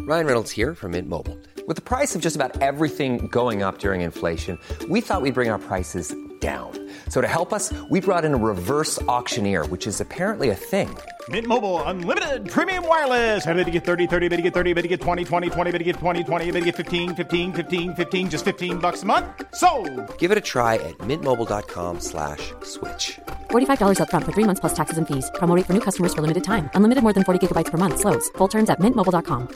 Ryan Reynolds here from Mint Mobile. With the price of just about everything going up during inflation, we thought we'd bring our prices down. So to help us, we brought in a reverse auctioneer, which is apparently a thing. Mint Mobile Unlimited Premium Wireless. How to get 30, 30, bit to get 30, bit to get 20, 20, 20, bit to get 20, 20, bit to get 15, 15, 15, 15, just $15 a month? Sold! Give it a try at mintmobile.com/switch. $45 up front for 3 months plus taxes and fees. Promo rate for new customers for limited time. Unlimited more than 40 gigabytes per month. Slows full terms at mintmobile.com.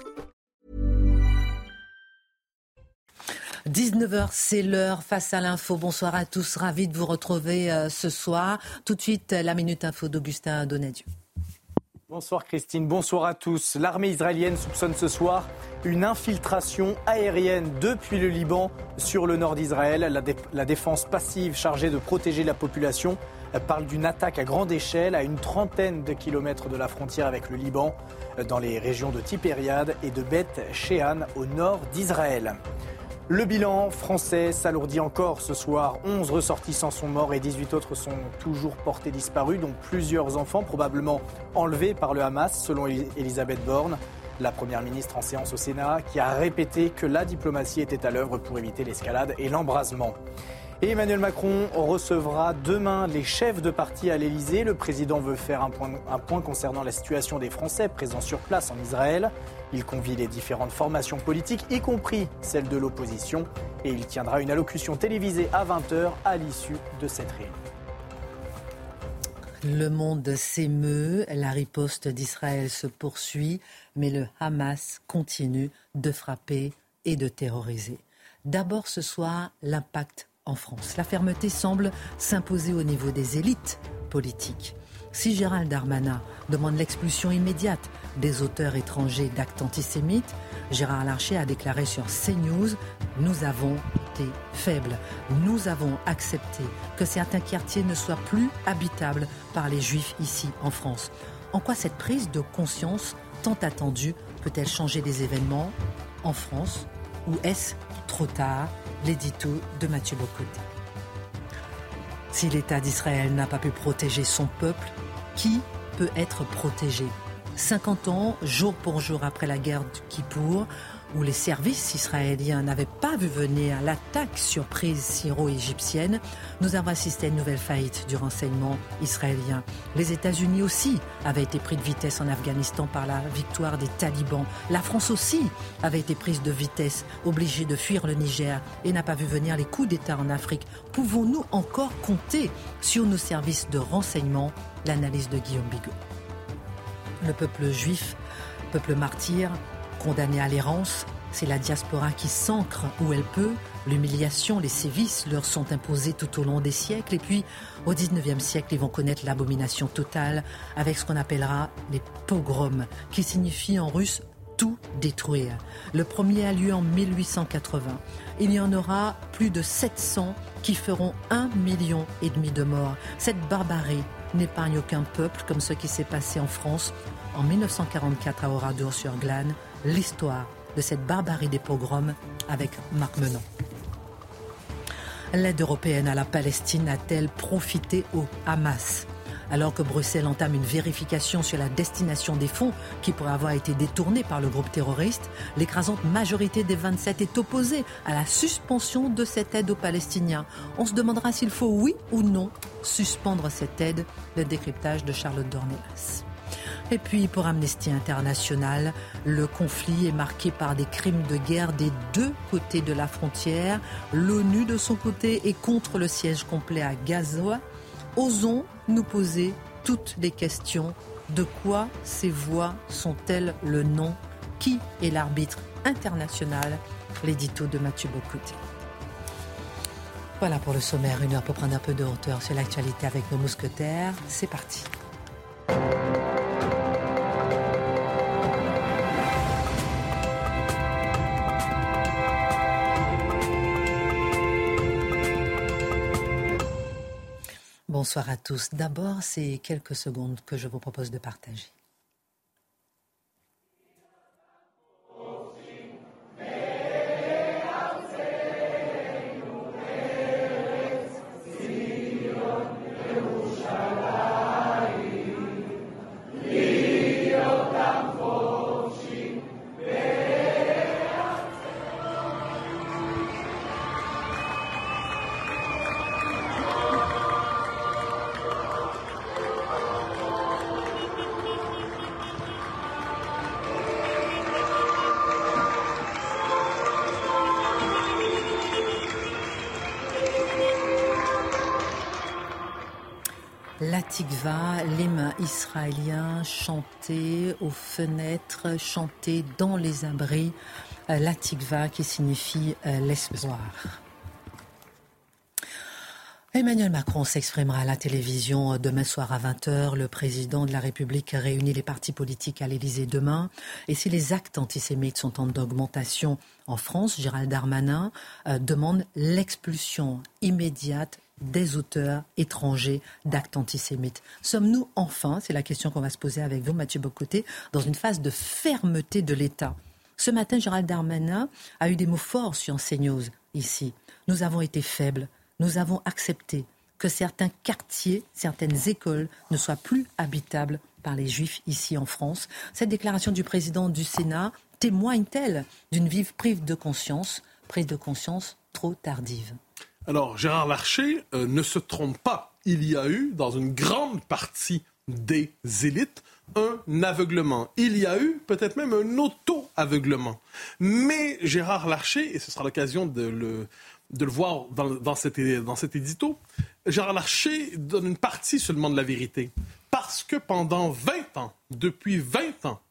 19h, c'est l'heure face à l'info. Bonsoir à tous, ravi de vous retrouver ce soir. Tout de suite, la Minute Info d'Augustin Donadieu. Bonsoir Christine, bonsoir à tous. L'armée israélienne soupçonne ce soir une infiltration aérienne depuis le Liban sur le nord d'Israël. La défense passive chargée de protéger la population parle d'une attaque à grande échelle à une trentaine de kilomètres de la frontière avec le Liban, dans les régions de Tipériade et de Beth Shean au nord d'Israël. Le bilan français s'alourdit encore ce soir. 11 ressortissants sont morts et 18 autres sont toujours portés disparus, dont plusieurs enfants probablement enlevés par le Hamas, selon Elisabeth Borne, la première ministre en séance au Sénat, qui a répété que la diplomatie était à l'œuvre pour éviter l'escalade et l'embrasement. Et Emmanuel Macron recevra demain les chefs de parti à l'Elysée. Le président veut faire un point concernant la situation des Français présents sur place en Israël. Il convie les différentes formations politiques, y compris celle de l'opposition. Et il tiendra une allocution télévisée à 20h à l'issue de cette réunion. Le monde s'émeut, la riposte d'Israël se poursuit, mais le Hamas continue de frapper et de terroriser. D'abord ce soir, l'impact en France. La fermeté semble s'imposer au niveau des élites politiques. Si Gérald Darmanin demande l'expulsion immédiate des auteurs étrangers d'actes antisémites, Gérard Larcher a déclaré sur CNews « Nous avons été faibles. Nous avons accepté que certains quartiers ne soient plus habitables par les Juifs ici en France ». En quoi cette prise de conscience tant attendue peut-elle changer des événements en France ou est-ce trop tard? L'édito de Mathieu Bocoté. Si l'État d'Israël n'a pas pu protéger son peuple, qui peut être protégé? 50 ans, jour pour jour après la guerre de Kippour, où les services israéliens n'avaient pas vu venir l'attaque surprise syro-égyptienne, nous avons assisté à une nouvelle faillite du renseignement israélien. Les États-Unis aussi avaient été pris de vitesse en Afghanistan par la victoire des talibans. La France aussi avait été prise de vitesse, obligée de fuir le Niger et n'a pas vu venir les coups d'État en Afrique. Pouvons-nous encore compter sur nos services de renseignement? L'analyse de Guillaume Bigot. Le peuple juif, peuple martyr, condamné à l'errance, c'est la diaspora qui s'ancre où elle peut. L'humiliation, les sévices leur sont imposés tout au long des siècles. Et puis, au XIXe siècle, ils vont connaître l'abomination totale avec ce qu'on appellera les pogroms, qui signifie en russe tout détruire. Le premier a lieu en 1880. Il y en aura plus de 700 qui feront 1,5 million de morts. Cette barbarie n'épargne aucun peuple, comme ce qui s'est passé en France en 1944 à Oradour-sur-Glane. L'histoire de cette barbarie des pogroms avec Marc Menon. L'aide européenne à la Palestine a-t-elle profité au Hamas? Alors que Bruxelles entame une vérification sur la destination des fonds qui pourraient avoir été détournés par le groupe terroriste, l'écrasante majorité des 27 est opposée à la suspension de cette aide aux Palestiniens. On se demandera s'il faut, oui ou non, suspendre cette aide. Le décryptage de Charlotte Dornelas. Et puis, pour Amnesty International, le conflit est marqué par des crimes de guerre des deux côtés de la frontière. L'ONU, de son côté, est contre le siège complet à Gaza. Osons nous poser toutes les questions. De quoi ces voix sont-elles le nom? Qui est l'arbitre international? L'édito de Mathieu Bocoté. Voilà pour le sommaire, 1 heure pour prendre un peu de hauteur sur l'actualité avec nos mousquetaires. C'est parti. Bonsoir à tous. D'abord, c'est quelques secondes que je vous propose de partager. Tikva, l'hymne israélien chanté aux fenêtres, chanté dans les abris. La Tikva qui signifie l'espoir. Emmanuel Macron s'exprimera à la télévision demain soir à 20h. Le président de la République réunit les partis politiques à l'Élysée demain. Et si les actes antisémites sont en augmentation en France, Gérald Darmanin demande l'expulsion immédiate des auteurs étrangers d'actes antisémites. Sommes-nous enfin, c'est la question qu'on va se poser avec vous, Mathieu Bocoté, dans une phase de fermeté de l'État? Ce matin, Gérald Darmanin a eu des mots forts sur CNews ici. Nous avons été faibles. Nous avons accepté que certains quartiers, certaines écoles ne soient plus habitables par les Juifs ici en France. Cette déclaration du président du Sénat témoigne-t-elle d'une vive prise de conscience trop tardive? Alors, Gérard Larcher ne se trompe pas. Il y a eu, dans une grande partie des élites, un aveuglement. Il y a eu peut-être même un auto-aveuglement. Mais Gérard Larcher, et ce sera l'occasion de le voir dans cet édito, Gérard Larcher donne une partie seulement de la vérité. Parce que pendant 20 ans, depuis 20 ans,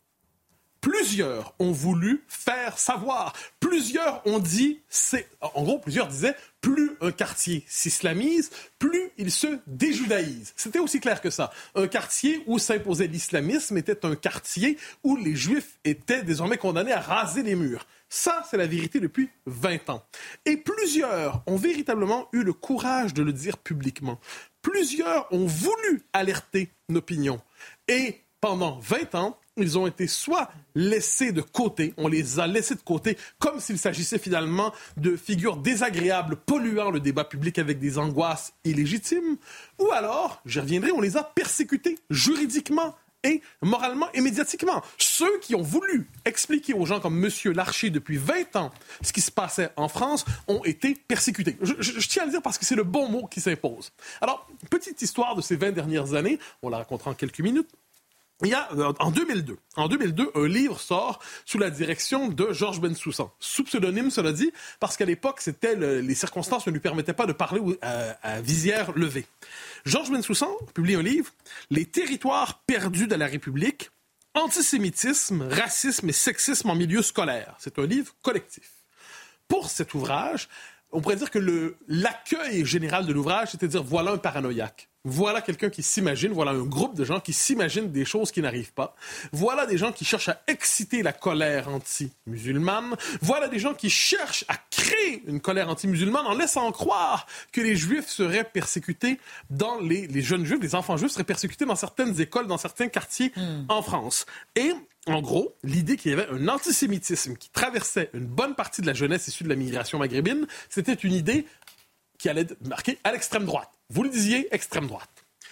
plusieurs ont voulu faire savoir. Plusieurs ont dit, plusieurs disaient, plus un quartier s'islamise, plus il se déjudaïse. C'était aussi clair que ça. Un quartier où s'imposait l'islamisme était un quartier où les Juifs étaient désormais condamnés à raser les murs. Ça, c'est la vérité depuis 20 ans. Et plusieurs ont véritablement eu le courage de le dire publiquement. Plusieurs ont voulu alerter l'opinion. Et pendant 20 ans, ils ont été soit laissés de côté, on les a laissés de côté, comme s'il s'agissait finalement de figures désagréables, polluant le débat public avec des angoisses illégitimes, ou alors, j'y reviendrai, on les a persécutés juridiquement et moralement et médiatiquement. Ceux qui ont voulu expliquer aux gens comme M. Larcher depuis 20 ans ce qui se passait en France ont été persécutés. Je tiens à le dire parce que c'est le bon mot qui s'impose. Alors, petite histoire de ces 20 dernières années, on la racontera en quelques minutes. Il y a, en 2002, un livre sort sous la direction de Georges Bensoussan. Sous pseudonyme, cela dit, parce qu'à l'époque, les circonstances ne lui permettaient pas de parler à visière levée. Georges Bensoussan publie un livre, « Les territoires perdus de la République, antisémitisme, racisme et sexisme en milieu scolaire ». C'est un livre collectif. Pour cet ouvrage, on pourrait dire que l'accueil général de l'ouvrage, c'est de dire « voilà un paranoïaque ». Voilà quelqu'un qui s'imagine, voilà un groupe de gens qui s'imaginent des choses qui n'arrivent pas. Voilà des gens qui cherchent à exciter la colère anti-musulmane. Voilà des gens qui cherchent à créer une colère anti-musulmane en laissant croire que les Juifs seraient persécutés dans les jeunes Juifs, les enfants Juifs seraient persécutés dans certaines écoles, dans certains quartiers en France. Et en gros, l'idée qu'il y avait un antisémitisme qui traversait une bonne partie de la jeunesse issue de la migration maghrébine, c'était une idée qui allait être marquée à l'extrême droite. Vous le disiez, extrême droite.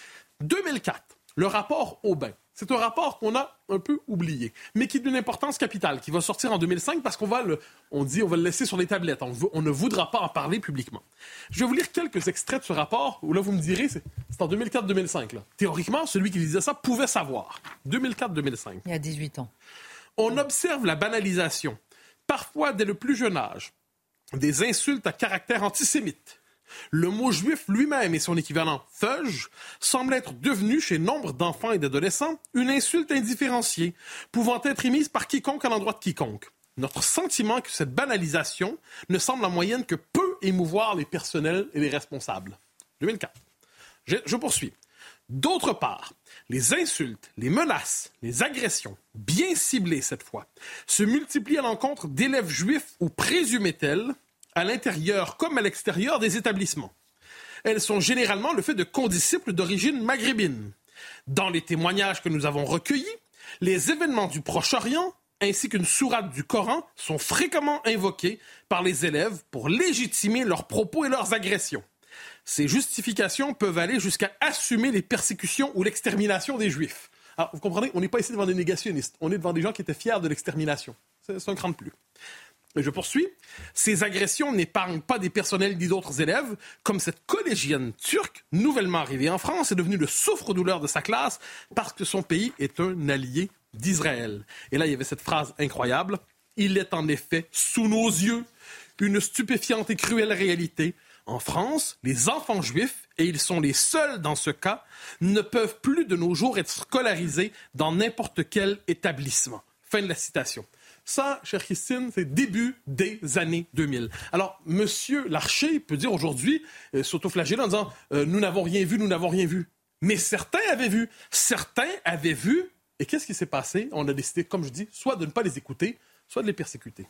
2004, le rapport Aubin. C'est un rapport qu'on a un peu oublié, mais qui est d'une importance capitale, qui va sortir en 2005 parce qu'on va le laisser sur les tablettes. On ne voudra pas en parler publiquement. Je vais vous lire quelques extraits de ce rapport, où là, vous me direz, c'est en 2004-2005. Là. Théoriquement, celui qui disait ça pouvait savoir. 2004-2005. Il y a 18 ans. On observe la banalisation, parfois dès le plus jeune âge, des insultes à caractère antisémite. Le mot juif lui-même et son équivalent « feuge » semble être devenu, chez nombre d'enfants et d'adolescents, une insulte indifférenciée, pouvant être émise par quiconque à l'endroit de quiconque. Notre sentiment est que cette banalisation ne semble en moyenne que peu émouvoir les personnels et les responsables. 2004. Je poursuis. D'autre part, les insultes, les menaces, les agressions, bien ciblées cette fois, se multiplient à l'encontre d'élèves juifs ou présumés tels, à l'intérieur comme à l'extérieur des établissements. Elles sont généralement le fait de condisciples d'origine maghrébine. Dans les témoignages que nous avons recueillis, les événements du Proche-Orient ainsi qu'une sourate du Coran sont fréquemment invoqués par les élèves pour légitimer leurs propos et leurs agressions. Ces justifications peuvent aller jusqu'à assumer les persécutions ou l'extermination des Juifs. Alors, vous comprenez, on n'est pas ici devant des négationnistes, on est devant des gens qui étaient fiers de l'extermination. C'est un cran de plus. Et je poursuis. Ces agressions n'épargnent pas des personnels ni d'autres élèves, comme cette collégienne turque, nouvellement arrivée en France, est devenue le souffre-douleur de sa classe parce que son pays est un allié d'Israël. Et là, il y avait cette phrase incroyable. « Il est en effet sous nos yeux une stupéfiante et cruelle réalité. En France, les enfants juifs et ils sont les seuls dans ce cas, ne peuvent plus de nos jours être scolarisés dans n'importe quel établissement. Fin de la citation. Ça, chère Christine, c'est début des années 2000. Alors, M. Larcher peut dire aujourd'hui, s'autoflageller en disant « nous n'avons rien vu, nous n'avons rien vu ». Mais certains avaient vu. Certains avaient vu. Et qu'est-ce qui s'est passé? On a décidé, comme je dis, soit de ne pas les écouter, soit de les persécuter.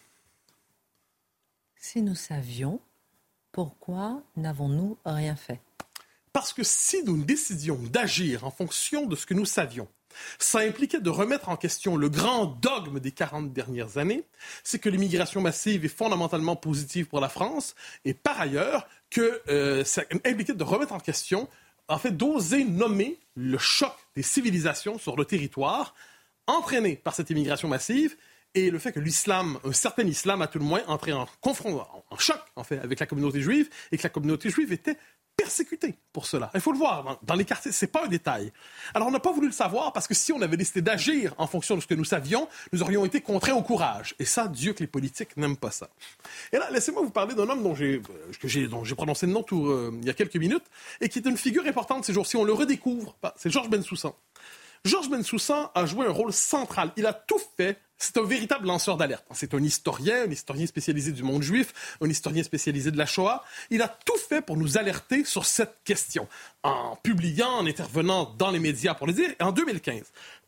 Si nous savions, pourquoi n'avons-nous rien fait? Parce que si nous décidions d'agir en fonction de ce que nous savions, ça impliquait de remettre en question le grand dogme des 40 dernières années, c'est que l'immigration massive est fondamentalement positive pour la France, et par ailleurs, que ça impliquait de remettre en question, en fait, d'oser nommer le choc des civilisations sur le territoire entraîné par cette immigration massive et le fait que l'islam, un certain islam à tout le moins, entrait en choc, en fait, avec la communauté juive et que la communauté juive était persécutée pour cela. Il faut le voir dans les quartiers, c'est pas un détail. Alors on n'a pas voulu le savoir parce que si on avait décidé d'agir en fonction de ce que nous savions, nous aurions été contraints au courage. Et ça, Dieu que les politiques n'aiment pas ça. Et là, laissez-moi vous parler d'un homme dont j'ai prononcé le nom il y a quelques minutes et qui est une figure importante ces jours-ci. On le redécouvre. C'est Georges Bensoussan. Georges Bensoussan a joué un rôle central. Il a tout fait. C'est un véritable lanceur d'alerte. C'est un historien spécialisé du monde juif, un historien spécialisé de la Shoah. Il a tout fait pour nous alerter sur cette question, en publiant, en intervenant dans les médias pour le dire. Et en 2015,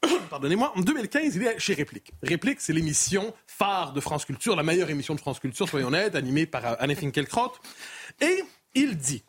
en 2015, il est chez Réplique. Réplique, c'est l'émission phare de France Culture, la meilleure émission de France Culture, soyons honnêtes, animée par Anne Finkielkraut. Et il dit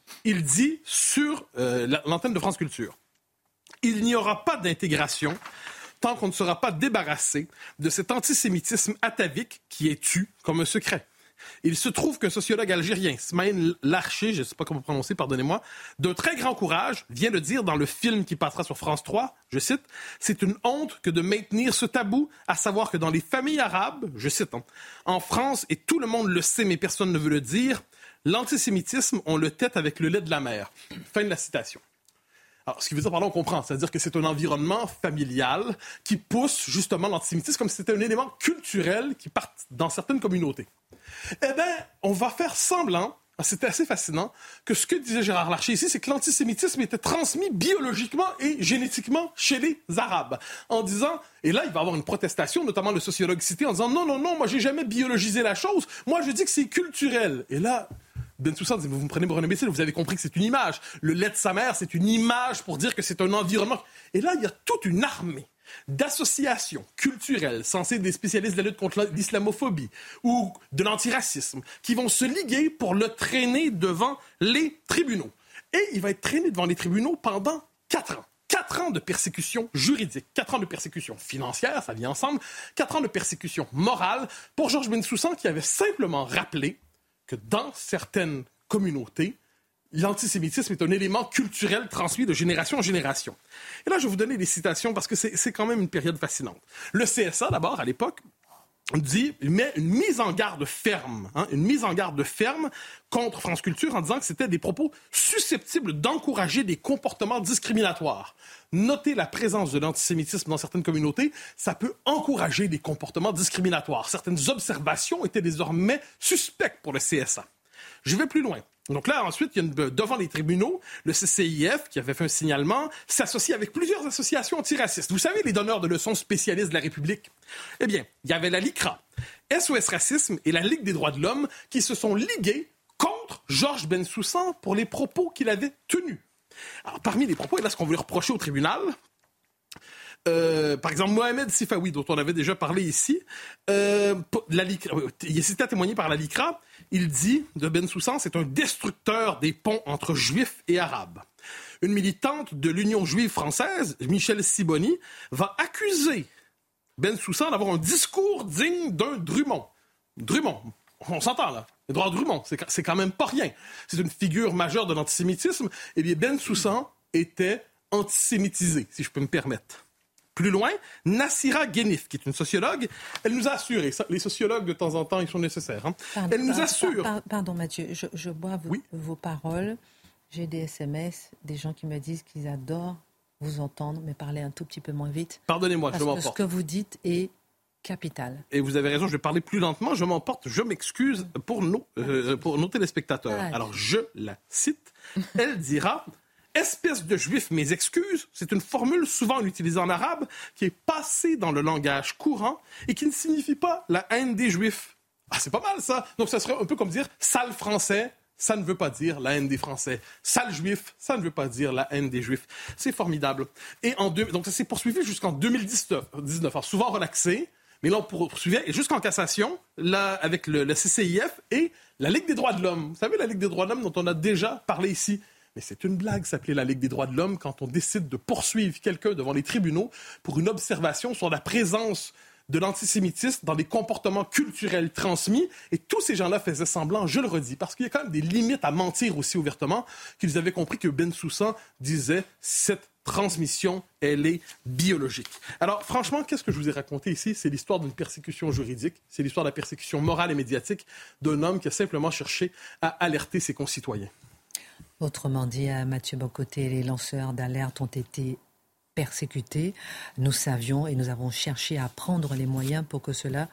sur l'antenne de France Culture, il n'y aura pas d'intégration tant qu'on ne sera pas débarrassé de cet antisémitisme atavique qui est tu comme un secret. Il se trouve qu'un sociologue algérien, Smaïn Larcher, je ne sais pas comment prononcer, pardonnez-moi, d'un très grand courage, vient de dire dans le film qui passera sur France 3, je cite, « C'est une honte que de maintenir ce tabou, à savoir que dans les familles arabes, je cite, en France, et tout le monde le sait mais personne ne veut le dire, l'antisémitisme, on le tête avec le lait de la mère. » Fin de la citation. Alors, ce qui veut dire, pardon, on comprend. C'est-à-dire que c'est un environnement familial qui pousse justement l'antisémitisme comme si c'était un élément culturel qui part dans certaines communautés. Eh bien, on va faire semblant, c'était assez fascinant, que ce que disait Gérard Larcher ici, c'est que l'antisémitisme était transmis biologiquement et génétiquement chez les Arabes. En disant, et là, il va y avoir une protestation, notamment le sociologue cité, en disant, non, moi, j'ai jamais biologisé la chose. Moi, je dis que c'est culturel. Et là, Bensoussan dit, vous me prenez pour un imbécile, vous avez compris que c'est une image. Le lait de sa mère, c'est une image pour dire que c'est un environnement. Et là, il y a toute une armée d'associations culturelles censées être des spécialistes de la lutte contre l'islamophobie ou de l'antiracisme qui vont se liguer pour le traîner devant les tribunaux. Et il va être traîné devant les tribunaux pendant 4 ans. 4 ans de persécution juridique, 4 ans de persécution financière, ça vient ensemble, 4 ans de persécution morale pour Georges Bensoussan qui avait simplement rappelé que dans certaines communautés, l'antisémitisme est un élément culturel transmis de génération en génération. Et là, je vais vous donner des citations parce que c'est quand même une période fascinante. Le CSA, d'abord, à l'époque, met une mise en garde ferme contre France Culture en disant que c'était des propos susceptibles d'encourager des comportements discriminatoires. Notez la présence de l'antisémitisme dans certaines communautés, ça peut encourager des comportements discriminatoires. Certaines observations étaient désormais suspectes pour le CSA. Je vais plus loin. Donc là, ensuite, devant les tribunaux, le CCIF, qui avait fait un signalement, s'associe avec plusieurs associations antiracistes. Vous savez, les donneurs de leçons spécialistes de la République? Eh bien, il y avait la LICRA, SOS Racisme et la Ligue des droits de l'homme qui se sont ligués contre Georges Bensoussan pour les propos qu'il avait tenus. Alors, parmi les propos, et là, ce qu'on voulait reprocher au tribunal, par exemple, Mohamed Sifawi, dont on avait déjà parlé ici, il est cité à témoigner par la LICRA. Il dit de Bensoussan, c'est un destructeur des ponts entre juifs et arabes. Une militante de l'Union juive française, Michèle Sibony, va accuser Bensoussan d'avoir un discours digne d'un Drummond. Drummond, on s'entend là. Édouard Drummond, c'est quand même pas rien. C'est une figure majeure de l'antisémitisme. Eh bien, Bensoussan était antisémitisé, si je peux me permettre. Plus loin, Nassira Guénif, qui est une sociologue, elle nous a assuré, les sociologues de temps en temps, ils sont nécessaires, elle nous assure... Pardon Mathieu, je bois vos paroles, j'ai des SMS, des gens qui me disent qu'ils adorent vous entendre, mais parler un tout petit peu moins vite. Pardonnez-moi, je m'emporte. Parce que ce que vous dites est capital. Et vous avez raison, je vais parler plus lentement, je m'emporte, je m'excuse pour nos téléspectateurs. Alors je la cite, elle dira... « Espèce de juif, mes excuses », c'est une formule souvent utilisée en arabe qui est passée dans le langage courant et qui ne signifie pas la haine des juifs. Ah, c'est pas mal ça. Donc ça serait un peu comme dire « sale français ». Ça ne veut pas dire la haine des Français. Sale juif, ça ne veut pas dire la haine des Juifs. C'est formidable. Et donc ça s'est poursuivi jusqu'en 2019. Alors, souvent relaxé, mais là on poursuivait jusqu'en cassation, là avec le CCIF et la Ligue des droits de l'homme. Vous savez, la Ligue des droits de l'homme dont on a déjà parlé ici. Mais c'est une blague, s'appeler la Ligue des droits de l'homme, quand on décide de poursuivre quelqu'un devant les tribunaux pour une observation sur la présence de l'antisémitisme dans des comportements culturels transmis. Et tous ces gens-là faisaient semblant, je le redis, parce qu'il y a quand même des limites à mentir aussi ouvertement, qu'ils avaient compris que Bensoussan disait « cette transmission, elle est biologique ». Alors franchement, qu'est-ce que je vous ai raconté ici? C'est l'histoire d'une persécution juridique, c'est l'histoire de la persécution morale et médiatique d'un homme qui a simplement cherché à alerter ses concitoyens. Autrement dit, à Mathieu Bocoté, les lanceurs d'alerte ont été persécutés. Nous savions et nous avons cherché à prendre les moyens pour que cela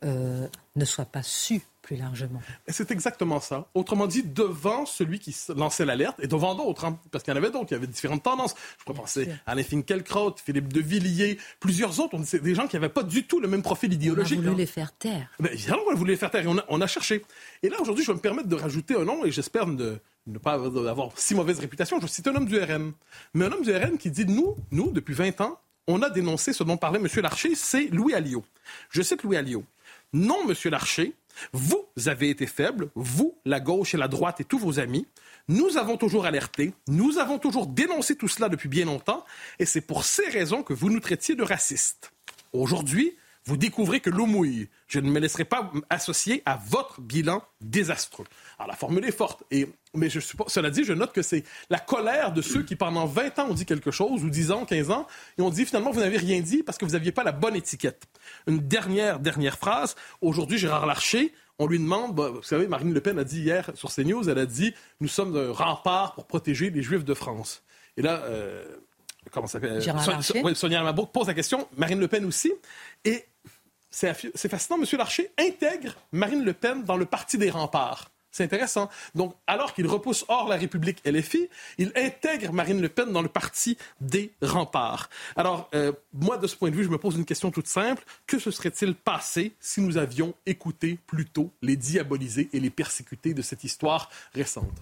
ne soit pas su plus largement. Et c'est exactement ça. Autrement dit, devant celui qui lançait l'alerte, et devant d'autres, hein, parce qu'il y en avait d'autres, il y avait différentes tendances. Je pourrais penser à Alain Finkielkraut, Philippe de Villiers, plusieurs autres. C'est des gens qui n'avaient pas du tout le même profil idéologique. On a voulu les faire taire. Ben, évidemment, on a voulu les faire taire et on a cherché. Et là, aujourd'hui, je vais me permettre de rajouter un nom, et j'espère ne pas avoir si mauvaise réputation. Je cite un homme du RN. Mais un homme du RN qui dit, nous, depuis 20 ans, on a dénoncé ce dont parlait M. Larcher, c'est Louis Alliot. Je cite Louis Alliot. Non, M. Larcher, vous avez été faible, vous, la gauche et la droite et tous vos amis. Nous avons toujours alerté, nous avons toujours dénoncé tout cela depuis bien longtemps, et c'est pour ces raisons que vous nous traitiez de racistes. Aujourd'hui, vous découvrez que l'eau mouille. Je ne me laisserai pas associer à votre bilan désastreux. Alors, la formule est forte. Mais cela dit, je note que c'est la colère de ceux qui, pendant 20 ans, ont dit quelque chose, ou 10 ans, 15 ans, et ont dit, finalement, vous n'avez rien dit parce que vous n'aviez pas la bonne étiquette. Une dernière phrase. Aujourd'hui, Gérard Larcher, on lui demande, vous savez, Marine Le Pen a dit hier sur CNews, elle a dit, nous sommes un rempart pour protéger les Juifs de France. Et là... comment ça s'appelle? Sonia Mabrouk pose la question, Marine Le Pen aussi. Et c'est fascinant, M. Larcher intègre Marine Le Pen dans le parti des remparts. C'est intéressant. Donc, alors qu'il repousse hors la République LFI, il intègre Marine Le Pen dans le parti des remparts. Alors, moi, de ce point de vue, je me pose une question toute simple. Que se serait-il passé si nous avions écouté plus tôt les diabolisés et les persécutés de cette histoire récente?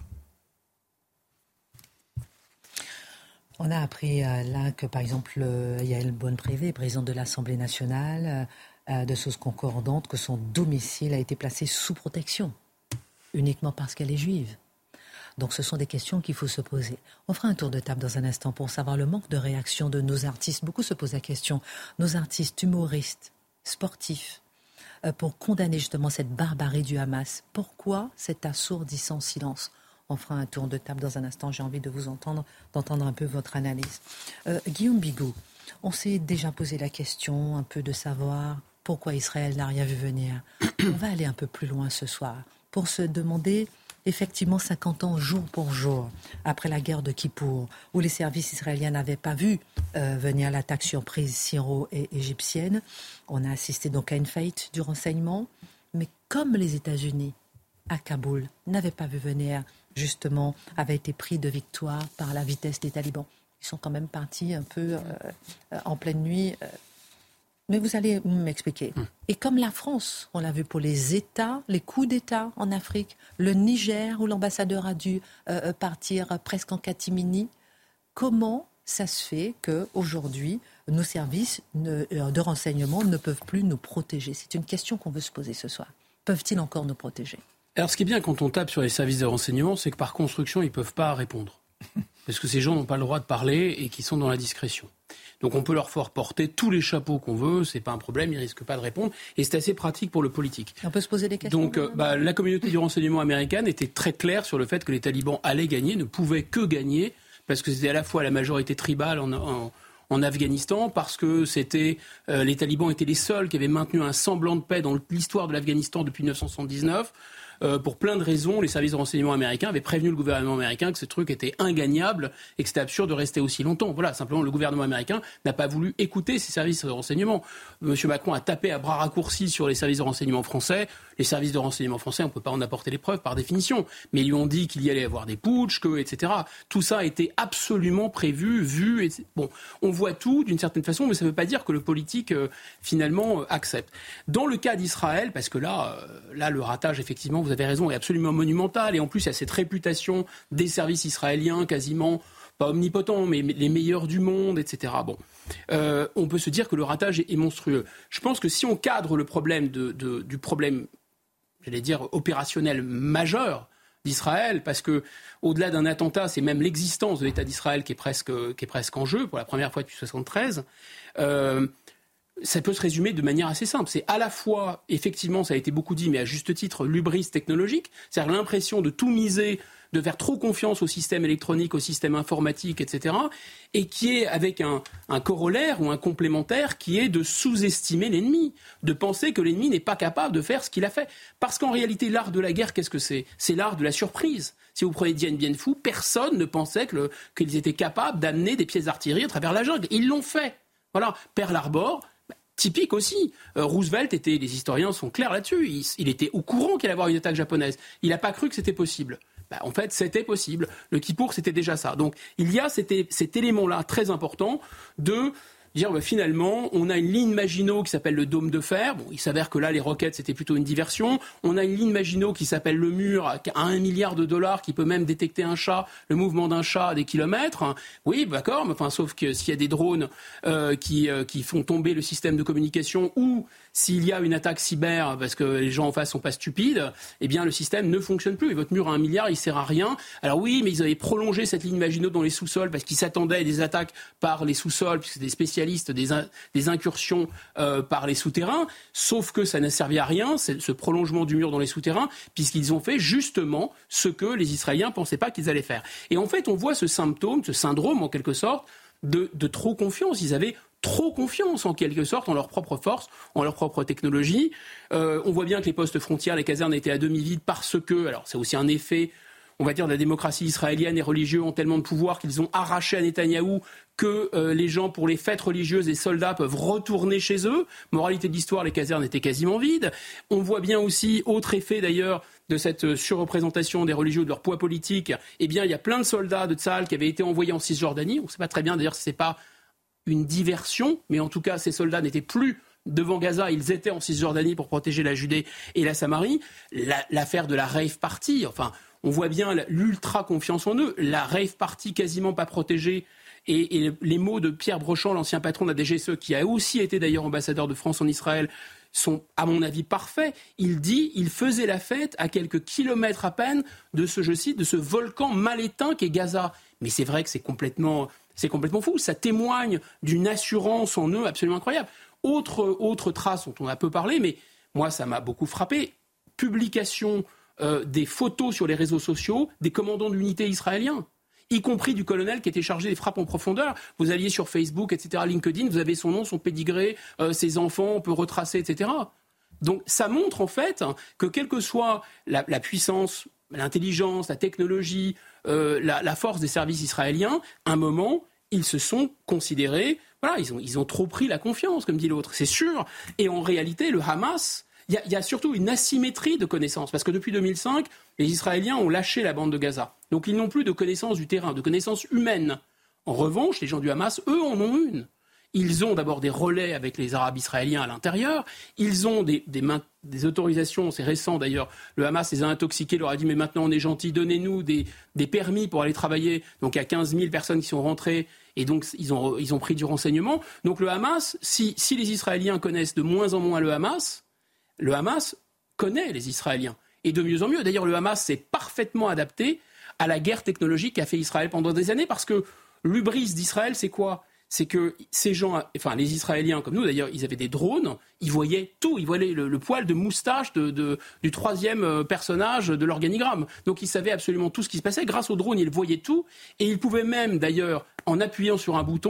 On a appris là que, par exemple, Yael Braun-Pivet, présidente de l'Assemblée nationale, de sources concordantes, que son domicile a été placé sous protection, uniquement parce qu'elle est juive. Donc ce sont des questions qu'il faut se poser. On fera un tour de table dans un instant pour savoir le manque de réaction de nos artistes. Beaucoup se posent la question. Nos artistes humoristes, sportifs, pour condamner justement cette barbarie du Hamas. Pourquoi cet assourdissant silence ? On fera un tour de table dans un instant. J'ai envie de vous entendre, d'entendre un peu votre analyse. Guillaume Bigot, on s'est déjà posé la question un peu de savoir pourquoi Israël n'a rien vu venir. On va aller un peu plus loin ce soir pour se demander, effectivement, 50 ans jour pour jour, après la guerre de Kippour, où les services israéliens n'avaient pas vu venir l'attaque surprise syro-égyptienne. On a assisté donc à une faillite du renseignement. Mais comme les États-Unis, à Kaboul, n'avaient pas vu venir, justement, avaient été pris de victoire par la vitesse des talibans. Ils sont quand même partis un peu en pleine nuit. Mais vous allez m'expliquer. Et comme la France, on l'a vu pour les États, les coups d'État en Afrique, le Niger où l'ambassadeur a dû partir presque en catimini, comment ça se fait qu'aujourd'hui, nos services de renseignement ne peuvent plus nous protéger? C'est une question qu'on veut se poser ce soir. Peuvent-ils encore nous protéger? Alors ce qui est bien quand on tape sur les services de renseignement, c'est que par construction, ils ne peuvent pas répondre. Parce que ces gens n'ont pas le droit de parler et qui sont dans la discrétion. Donc on peut leur faire porter tous les chapeaux qu'on veut, c'est pas un problème, ils risquent pas de répondre, et c'est assez pratique pour le politique. On peut se poser des questions. Donc la communauté du renseignement américaine était très claire sur le fait que les talibans allaient gagner, ne pouvaient que gagner, parce que c'était à la fois la majorité tribale en Afghanistan parce que les talibans étaient les seuls qui avaient maintenu un semblant de paix dans l'histoire de l'Afghanistan depuis 1979. Pour plein de raisons, les services de renseignement américains avaient prévenu le gouvernement américain que ce truc était ingagnable et que c'était absurde de rester aussi longtemps. Voilà, simplement, le gouvernement américain n'a pas voulu écouter ces services de renseignement. M. Macron a tapé à bras raccourcis sur les services de renseignement français. Les services de renseignement français, on ne peut pas en apporter les preuves par définition. Mais ils lui ont dit qu'il y allait avoir des putschs, etc. Tout ça a été absolument prévu, vu. Etc. Bon, on voit tout d'une certaine façon, mais ça ne veut pas dire que le politique, finalement, accepte. Dans le cas d'Israël, parce que là, le ratage, effectivement, vous avez raison, est absolument monumental. Et en plus, il y a cette réputation des services israéliens quasiment, pas omnipotents, mais les meilleurs du monde, etc. Bon, on peut se dire que le ratage est monstrueux. Je pense que si on cadre le problème du problème, j'allais dire, opérationnel majeur d'Israël, parce que au-delà d'un attentat, c'est même l'existence de l'État d'Israël qui est presque en jeu, pour la première fois depuis 1973, ça peut se résumer de manière assez simple. C'est à la fois, effectivement, ça a été beaucoup dit, mais à juste titre, l'hubris technologique, c'est-à-dire l'impression de tout miser, de faire trop confiance au système électronique, au système informatique, etc., et qui est avec un corollaire ou un complémentaire qui est de sous-estimer l'ennemi, de penser que l'ennemi n'est pas capable de faire ce qu'il a fait. Parce qu'en réalité, l'art de la guerre, qu'est-ce que c'est ? C'est l'art de la surprise. Si vous prenez Dien Bien Phu, personne ne pensait qu'ils étaient capables d'amener des pièces d'artillerie à travers la jungle. Ils l'ont fait. Voilà, Pearl Harbor, typique aussi. Roosevelt les historiens sont clairs là-dessus. Il était au courant qu'il allait avoir une attaque japonaise. Il n'a pas cru que c'était possible. En fait, c'était possible. Le Kippour, c'était déjà ça. Donc, il y a cet élément-là très important de dire finalement, on a une ligne Maginot qui s'appelle le dôme de fer. Bon, il s'avère que là, les roquettes, c'était plutôt une diversion. On a une ligne Maginot qui s'appelle le mur à $1 milliard qui peut même détecter un chat, le mouvement d'un chat à des kilomètres. Oui, d'accord, mais sauf que s'il y a des drones qui font tomber le système de communication ou s'il y a une attaque cyber parce que les gens en face sont pas stupides, eh bien le système ne fonctionne plus. Et votre mur à $1 milliard, il sert à rien. Alors oui, mais ils avaient prolongé cette ligne Maginot dans les sous-sols parce qu'ils s'attendaient à des attaques par les sous-sols, puisque c'est des spécialistes des incursions par les souterrains. Sauf que ça n'a servi à rien, ce prolongement du mur dans les souterrains, puisqu'ils ont fait justement ce que les Israéliens pensaient pas qu'ils allaient faire. Et en fait, on voit ce syndrome en quelque sorte de trop confiance. Ils avaient trop confiance en quelque sorte en leur propre force, en leur propre technologie. On voit bien que les postes frontières, les casernes étaient à demi vides parce que, alors c'est aussi un effet, on va dire, de la démocratie israélienne. Les religieux ont tellement de pouvoir qu'ils ont arraché à Netanyahou que les gens, pour les fêtes religieuses, les soldats peuvent retourner chez eux. Moralité de l'histoire, les casernes étaient quasiment vides. On voit bien aussi, autre effet d'ailleurs, de cette surreprésentation des religieux, de leur poids politique, eh bien il y a plein de soldats de Tsahal qui avaient été envoyés en Cisjordanie. On ne sait pas très bien d'ailleurs si c'est pas une diversion, mais en tout cas, ces soldats n'étaient plus devant Gaza, ils étaient en Cisjordanie pour protéger la Judée et la Samarie. L'affaire de la rave party, on voit bien l'ultra confiance en eux. La rave party quasiment pas protégée. Et les mots de Pierre Brochant, l'ancien patron de la DGSE, qui a aussi été d'ailleurs ambassadeur de France en Israël, sont, à mon avis, parfaits. Il faisait la fête à quelques kilomètres à peine de ce, je cite, de ce volcan mal éteint qu'est Gaza. Mais c'est vrai que c'est complètement fou. Ça témoigne d'une assurance en eux absolument incroyable. Autre trace dont on a peu parlé, mais moi, ça m'a beaucoup frappé. Publication des photos sur les réseaux sociaux des commandants d'unités israéliens, y compris du colonel qui était chargé des frappes en profondeur. Vous alliez sur Facebook, etc., LinkedIn, vous avez son nom, son pédigré, ses enfants, on peut retracer, etc. Donc ça montre en fait que quelle que soit la puissance, l'intelligence, la technologie, la force des services israéliens, à un moment, ils se sont considérés, ils ont trop pris la confiance, comme dit l'autre, c'est sûr. Et en réalité, le Hamas, il y a surtout une asymétrie de connaissances, parce que depuis 2005, les Israéliens ont lâché la bande de Gaza. Donc ils n'ont plus de connaissances du terrain, de connaissances humaines. En revanche, les gens du Hamas, eux, en ont une. Ils ont d'abord des relais avec les Arabes israéliens à l'intérieur. Ils ont des autorisations, c'est récent d'ailleurs. Le Hamas les a intoxiqués, leur a dit mais maintenant on est gentil, donnez-nous des permis pour aller travailler. Donc il y a 15 000 personnes qui sont rentrées et donc ils ont pris du renseignement. Donc le Hamas, si les Israéliens connaissent de moins en moins le Hamas connaît les Israéliens. Et de mieux en mieux. D'ailleurs, le Hamas s'est parfaitement adapté à la guerre technologique qu'a fait Israël pendant des années, parce que l'hubris d'Israël, c'est quoi ? C'est que ces gens, les Israéliens comme nous, d'ailleurs, ils avaient des drones, ils voyaient tout, ils voyaient le poil de moustache du troisième personnage de l'organigramme. Donc ils savaient absolument tout ce qui se passait. Grâce aux drones, ils voyaient tout, et ils pouvaient même, d'ailleurs, en appuyant sur un bouton,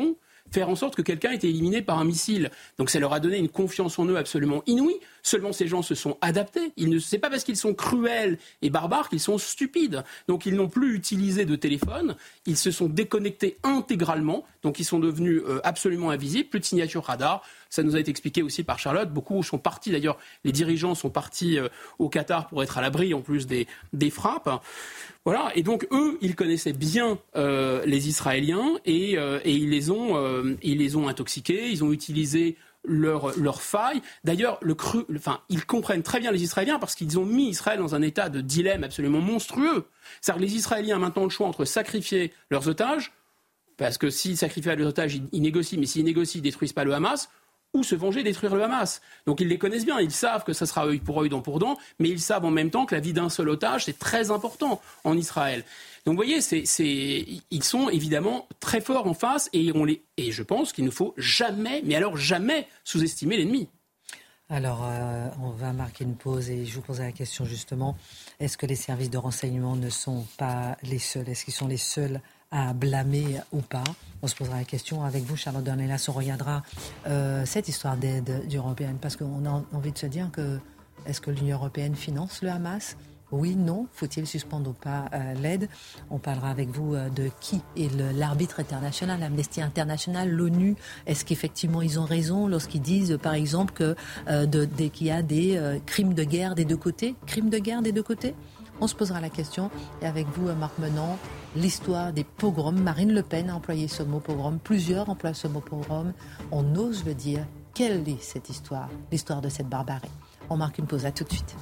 faire en sorte que quelqu'un ait été éliminé par un missile. Donc ça leur a donné une confiance en eux absolument inouïe. Seulement ces gens se sont adaptés. C'est pas parce qu'ils sont cruels et barbares qu'ils sont stupides. Donc ils n'ont plus utilisé de téléphone. Ils se sont déconnectés intégralement. Donc ils sont devenus absolument invisibles. Plus de signature radar. Ça nous a été expliqué aussi par Charlotte. Beaucoup sont partis, d'ailleurs, les dirigeants sont partis au Qatar pour être à l'abri en plus des frappes. Voilà, et donc eux, ils connaissaient bien les Israéliens et ils les ont intoxiqués, ils ont utilisé leurs failles. D'ailleurs, ils comprennent très bien les Israéliens parce qu'ils ont mis Israël dans un état de dilemme absolument monstrueux. C'est-à-dire que les Israéliens ont maintenant le choix entre sacrifier leurs otages, parce que s'ils sacrifient leurs otages, ils négocient, mais s'ils négocient, ils ne détruisent pas le Hamas, ou se venger, détruire le Hamas. Donc ils les connaissent bien, ils savent que ça sera œil pour œil, dent pour dent, mais ils savent en même temps que la vie d'un seul otage, c'est très important en Israël. Donc vous voyez, ils sont évidemment très forts en face et je pense qu'il ne faut jamais, mais alors jamais, sous-estimer l'ennemi. Alors, on va marquer une pause et je vous poserai la question justement, est-ce que les services de renseignement ne sont pas les seuls ? Est-ce qu'ils sont les seuls à blâmer ou pas? On se posera la question avec vous, Charlotte Dornelas. On regardera cette histoire d'aide européenne parce qu'on a envie de se dire que est-ce que l'Union européenne finance le Hamas? Oui, non. Faut-il suspendre ou pas l'aide? On parlera avec vous de qui est l'arbitre international, Amnesty International, l'ONU. Est-ce qu'effectivement ils ont raison lorsqu'ils disent, par exemple, qu'il y a des crimes de guerre des deux côtés? Crimes de guerre des deux côtés? On se posera la question. Et avec vous, Marc Menant, l'histoire des pogroms. Marine Le Pen a employé ce mot pogrom. Plusieurs emploient ce mot pogrom. On ose le dire. Quelle est cette histoire? L'histoire de cette barbarie. On marque une pause. À tout de suite.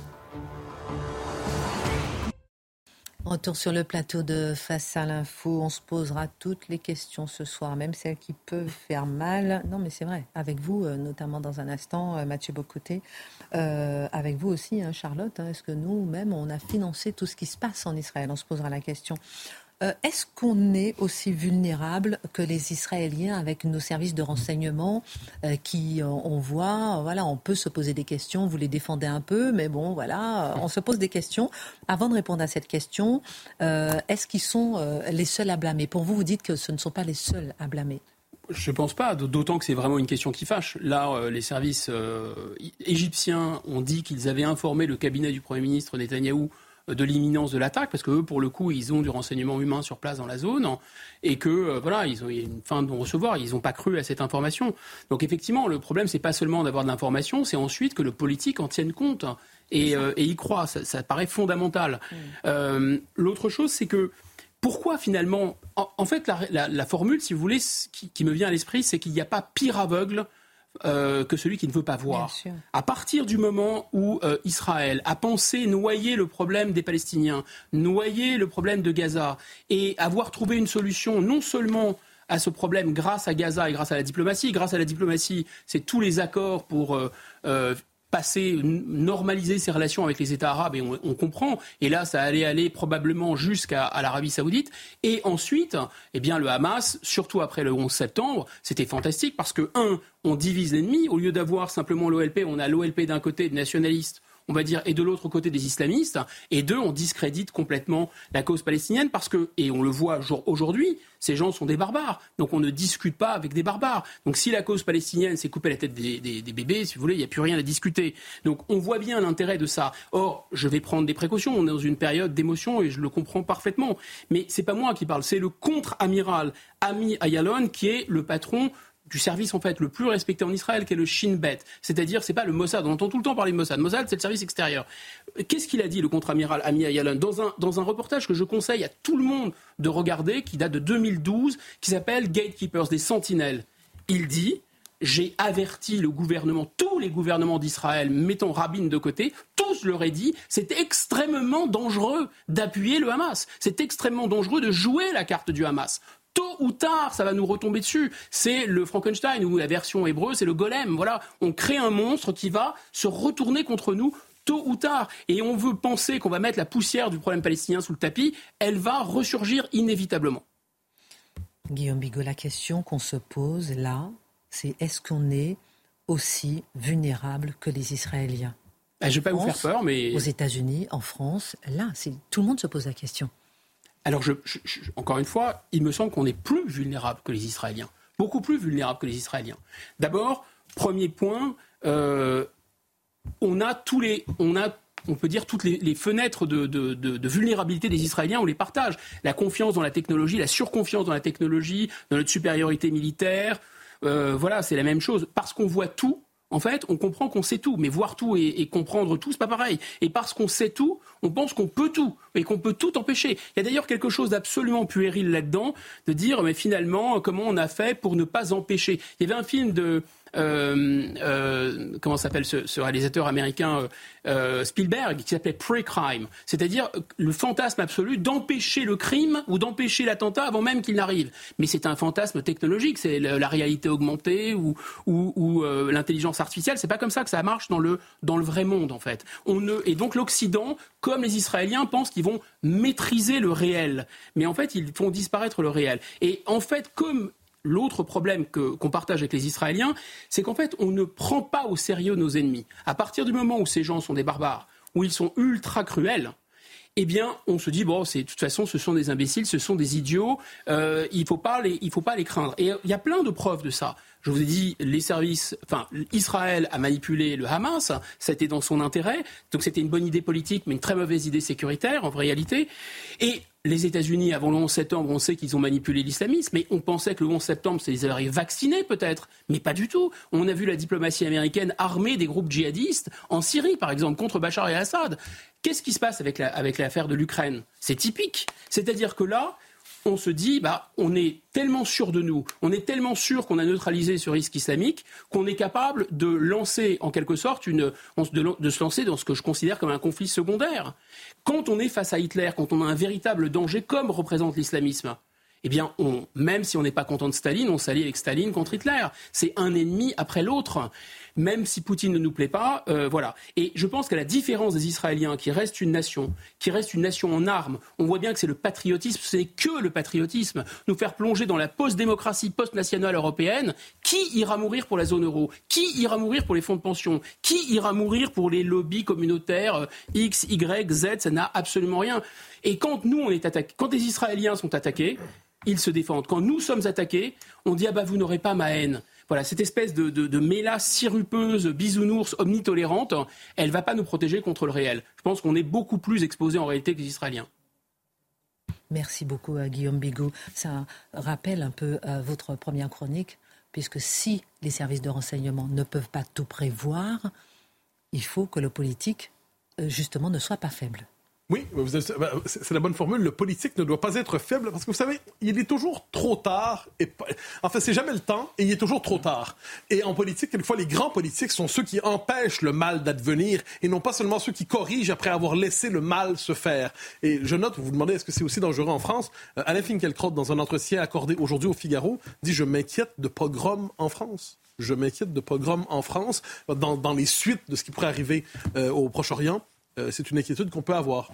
Retour sur le plateau de Face à l'info. On se posera toutes les questions ce soir, même celles qui peuvent faire mal. Non, mais c'est vrai. Avec vous, notamment dans un instant, Mathieu Bocoté. Avec vous aussi, Charlotte. Est-ce que nous-mêmes, on a financé tout ce qui se passe en Israël? On se posera la question. Est-ce qu'on est aussi vulnérable que les Israéliens avec nos services de renseignement qui, on voit, voilà, on peut se poser des questions, vous les défendez un peu, mais bon, voilà, on se pose des questions. Avant de répondre à cette question, est-ce qu'ils sont les seuls à blâmer? Pour vous, vous dites que ce ne sont pas les seuls à blâmer. Je ne pense pas, d'autant que c'est vraiment une question qui fâche. Là, les services égyptiens ont dit qu'ils avaient informé le cabinet du Premier ministre Netanyahou de l'imminence de l'attaque, parce que eux, pour le coup, ils ont du renseignement humain sur place dans la zone, et que voilà, ils ont une fin de non-recevoir, ils n'ont pas cru à cette information. Donc effectivement, le problème, c'est pas seulement d'avoir de l'information, c'est ensuite que le politique en tienne compte et y croit. Ça paraît fondamental. L'autre chose, c'est que pourquoi finalement, en fait, la formule, si vous voulez, qui me vient à l'esprit, c'est qu'il n'y a pas pire aveugle que celui qui ne veut pas voir. À partir du moment où Israël a pensé noyer le problème des Palestiniens, noyer le problème de Gaza, et avoir trouvé une solution non seulement à ce problème grâce à Gaza et grâce à la diplomatie, c'est tous les accords pour normaliser ses relations avec les États arabes, et on comprend, et là ça allait aller probablement jusqu'à l'Arabie Saoudite, et ensuite, eh bien le Hamas, surtout après le 11 septembre, c'était fantastique parce que, on divise l'ennemi, au lieu d'avoir simplement l'OLP, on a l'OLP d'un côté, des nationalistes, on va dire, et de l'autre côté des islamistes, et on discrédite complètement la cause palestinienne parce que, et on le voit aujourd'hui, ces gens sont des barbares, donc on ne discute pas avec des barbares. Donc si la cause palestinienne c'est couper la tête des bébés, si vous voulez, il n'y a plus rien à discuter. Donc on voit bien l'intérêt de ça. Or, je vais prendre des précautions, on est dans une période d'émotion et je le comprends parfaitement. Mais c'est pas moi qui parle, c'est le contre-amiral Ami Ayalon qui est le patron du service en fait le plus respecté en Israël, qui est le Shin Bet. C'est-à-dire, c'est pas le Mossad. On entend tout le temps parler de Mossad. Mossad, c'est le service extérieur. Qu'est-ce qu'il a dit, le contre-amiral Ami Ayalon, dans un reportage que je conseille à tout le monde de regarder, qui date de 2012, qui s'appelle Gatekeepers, des sentinelles. Il dit: j'ai averti le gouvernement, tous les gouvernements d'Israël, mettons Rabin de côté, tous leur aient dit, c'est extrêmement dangereux d'appuyer le Hamas. C'est extrêmement dangereux de jouer la carte du Hamas. Tôt ou tard, ça va nous retomber dessus. C'est le Frankenstein, ou la version hébreu, c'est le golem. Voilà, on crée un monstre qui va se retourner contre nous tôt ou tard. Et on veut penser qu'on va mettre la poussière du problème palestinien sous le tapis. Elle va ressurgir inévitablement. Guillaume Bigot, la question qu'on se pose là, c'est est-ce qu'on est aussi vulnérable que les Israéliens? Je ne vais pas vous faire peur, mais... Aux États-Unis, en France, là, tout le monde se pose la question. Alors, encore une fois, il me semble qu'on est plus vulnérable que les Israéliens. beaucoup plus vulnérables que les Israéliens. D'abord, premier point, on peut dire toutes les fenêtres de vulnérabilité des Israéliens, on les partage. La confiance dans la technologie, la surconfiance dans la technologie, dans notre supériorité militaire, c'est la même chose. Parce qu'on voit tout, en fait, on comprend qu'on sait tout. Mais voir tout et comprendre tout, c'est pas pareil. Et parce qu'on sait tout, on pense qu'on peut tout et qu'on peut tout empêcher. Il y a d'ailleurs quelque chose d'absolument puéril là-dedans, de dire, mais finalement, comment on a fait pour ne pas empêcher. Il y avait un film de... comment s'appelle ce réalisateur américain Spielberg, qui s'appelait Pre-Crime, c'est-à-dire le fantasme absolu d'empêcher le crime ou d'empêcher l'attentat avant même qu'il n'arrive. Mais c'est un fantasme technologique, c'est la réalité augmentée ou l'intelligence artificielle. C'est pas comme ça que ça marche dans le vrai monde en fait. Et donc l'Occident, comme les Israéliens, pensent qu'ils vont maîtriser le réel, mais en fait ils font disparaître le réel. Et en fait, comme l'autre problème qu'on partage avec les Israéliens, c'est qu'en fait, on ne prend pas au sérieux nos ennemis. À partir du moment où ces gens sont des barbares, où ils sont ultra cruels, eh bien, on se dit, de toute façon, ce sont des imbéciles, ce sont des idiots, il faut pas les craindre. Et il y a plein de preuves de ça. Je vous ai dit, Israël a manipulé le Hamas, ça a été dans son intérêt, donc c'était une bonne idée politique, mais une très mauvaise idée sécuritaire, en réalité. Et les États-Unis, avant le 11 septembre, on sait qu'ils ont manipulé l'islamisme, mais on pensait que le 11 septembre, c'est les avaient vaccinés peut-être, mais pas du tout. On a vu la diplomatie américaine armer des groupes djihadistes en Syrie, par exemple, contre Bachar el-Assad. Qu'est-ce qui se passe avec l'affaire de l'Ukraine ? C'est typique. C'est-à-dire que là, on se dit, on est tellement sûr de nous, on est tellement sûr qu'on a neutralisé ce risque islamique, qu'on est capable de lancer, en quelque sorte, de se lancer dans ce que je considère comme un conflit secondaire. Quand on est face à Hitler, quand on a un véritable danger, comme représente l'islamisme, eh bien, même si on n'est pas content de Staline, on s'allie avec Staline contre Hitler. C'est un ennemi après l'autre. Même si Poutine ne nous plaît pas, voilà. Et je pense qu'à la différence des Israéliens, qui restent une nation en armes, on voit bien que c'est le patriotisme, ce n'est que le patriotisme. Nous faire plonger dans la post-démocratie, post-nationale européenne, qui ira mourir pour la zone euro ? Qui ira mourir pour les fonds de pension ? Qui ira mourir pour les lobbies communautaires X, Y, Z ? Ça n'a absolument rien. Et quand nous, on est attaqués, quand les Israéliens sont attaqués, ils se défendent. Quand nous sommes attaqués, on dit « Ah bah vous n'aurez pas ma haine ». Voilà, cette espèce de mélasse sirupeuse, bisounours, omnitolérante, elle ne va pas nous protéger contre le réel. Je pense qu'on est beaucoup plus exposés en réalité que les Israéliens. Merci beaucoup à Guillaume Bigot. Ça rappelle un peu votre première chronique, puisque si les services de renseignement ne peuvent pas tout prévoir, il faut que le politique, justement, ne soit pas faible. Oui, c'est la bonne formule. Le politique ne doit pas être faible parce que vous savez, il est toujours trop tard. Enfin, c'est jamais le temps et il est toujours trop tard. Et en politique, quelquefois, les grands politiques sont ceux qui empêchent le mal d'advenir et non pas seulement ceux qui corrigent après avoir laissé le mal se faire. Et je note, vous vous demandez, est-ce que c'est aussi dangereux en France ? Alain Finkielkraut, dans un entretien accordé aujourd'hui au Figaro, dit « Je m'inquiète de pogroms en France ». Je m'inquiète de pogroms en France dans les suites de ce qui pourrait arriver au Proche-Orient. C'est une inquiétude qu'on peut avoir.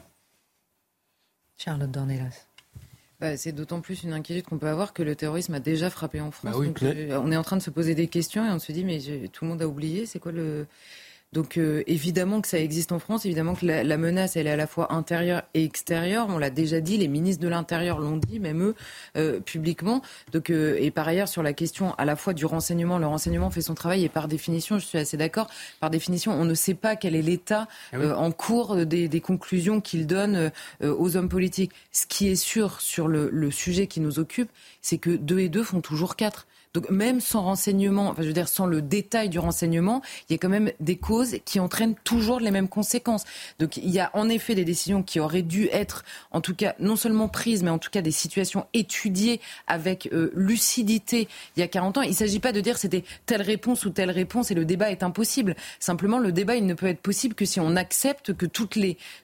Charlotte Dornelas. C'est d'autant plus une inquiétude qu'on peut avoir que le terrorisme a déjà frappé en France. Oui, donc, on est en train de se poser des questions et on se dit mais tout le monde a oublié, c'est quoi le... Donc évidemment que ça existe en France, évidemment que la menace elle est à la fois intérieure et extérieure. On l'a déjà dit, les ministres de l'Intérieur l'ont dit, même eux, publiquement. Donc et par ailleurs sur la question à la fois du renseignement, le renseignement fait son travail et par définition, je suis assez d'accord, par définition on ne sait pas quel est l'état en cours des conclusions qu'il donne aux hommes politiques. Ce qui est sûr sur le sujet qui nous occupe, c'est que 2 et 2 font toujours 4. Donc même sans renseignement, sans le détail du renseignement, il y a quand même des causes qui entraînent toujours les mêmes conséquences. Donc il y a en effet des décisions qui auraient dû être, en tout cas, non seulement prises, mais en tout cas des situations étudiées avec lucidité il y a 40 ans. Il ne s'agit pas de dire c'était telle réponse ou telle réponse et le débat est impossible. Simplement, le débat, il ne peut être possible que si on accepte que toutes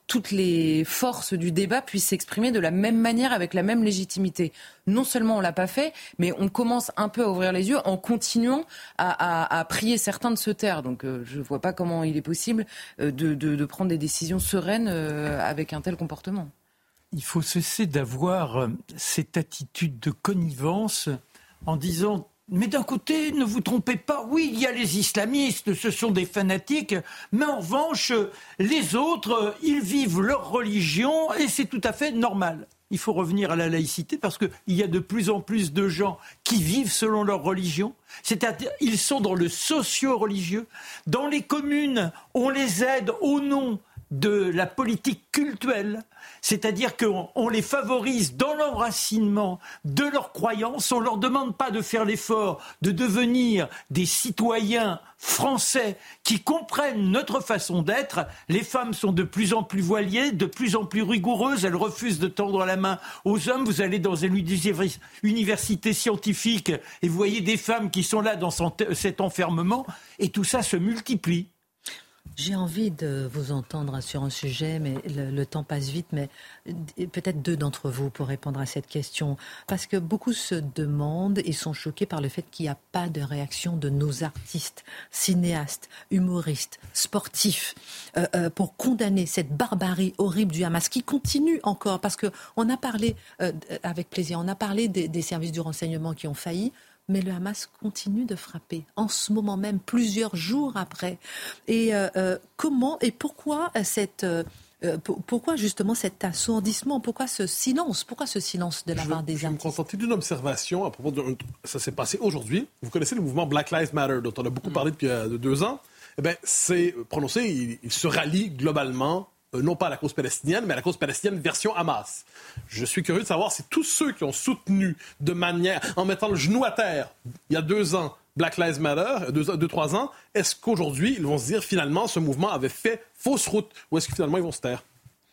les forces du débat puissent s'exprimer de la même manière, avec la même légitimité. Non seulement on ne l'a pas fait, mais on commence un peu à ouvrir les yeux en continuant à prier certains de se taire. Donc je ne vois pas comment il est possible de prendre des décisions sereines avec un tel comportement. Il faut cesser d'avoir cette attitude de connivence en disant « Mais d'un côté, ne vous trompez pas, oui, il y a les islamistes, ce sont des fanatiques, mais en revanche, les autres, ils vivent leur religion et c'est tout à fait normal. » il faut revenir à la laïcité parce qu'il y a de plus en plus de gens qui vivent selon leur religion. C'est-à-dire, ils sont dans le socio-religieux. Dans les communes, on les aide au nom de la politique cultuelle, c'est-à-dire qu'on les favorise dans l'enracinement de leurs croyances. On ne leur demande pas de faire l'effort de devenir des citoyens français qui comprennent notre façon d'être. Les femmes sont de plus en plus voiliers, de plus en plus rigoureuses. Elles refusent de tendre la main aux hommes. Vous allez dans une université scientifique et vous voyez des femmes qui sont là dans cet enfermement et tout ça se multiplie. J'ai envie de vous entendre sur un sujet, mais le temps passe vite, mais peut-être deux d'entre vous pour répondre à cette question. Parce que beaucoup se demandent et sont choqués par le fait qu'il n'y a pas de réaction de nos artistes, cinéastes, humoristes, sportifs, pour condamner cette barbarie horrible du Hamas qui continue encore. Parce qu'on a parlé, avec plaisir, on a parlé des services du renseignement qui ont failli. Mais le Hamas continue de frapper, en ce moment même, plusieurs jours après. Et comment et pourquoi pourquoi justement cet assourdissement? Pourquoi ce silence de la part des artistes? Je vais me contenter d'une observation à propos de... Ça s'est passé aujourd'hui. Vous connaissez le mouvement Black Lives Matter, dont on a beaucoup parlé depuis 2 ans. Eh bien, c'est prononcé, il se rallie globalement non pas à la cause palestinienne, mais à la cause palestinienne version Hamas. Je suis curieux de savoir si tous ceux qui ont soutenu de manière, en mettant le genou à terre, il y a 2 ans, Black Lives Matter, 2-3 ans, est-ce qu'aujourd'hui, ils vont se dire, finalement, ce mouvement avait fait fausse route, ou est-ce que finalement, ils vont se taire?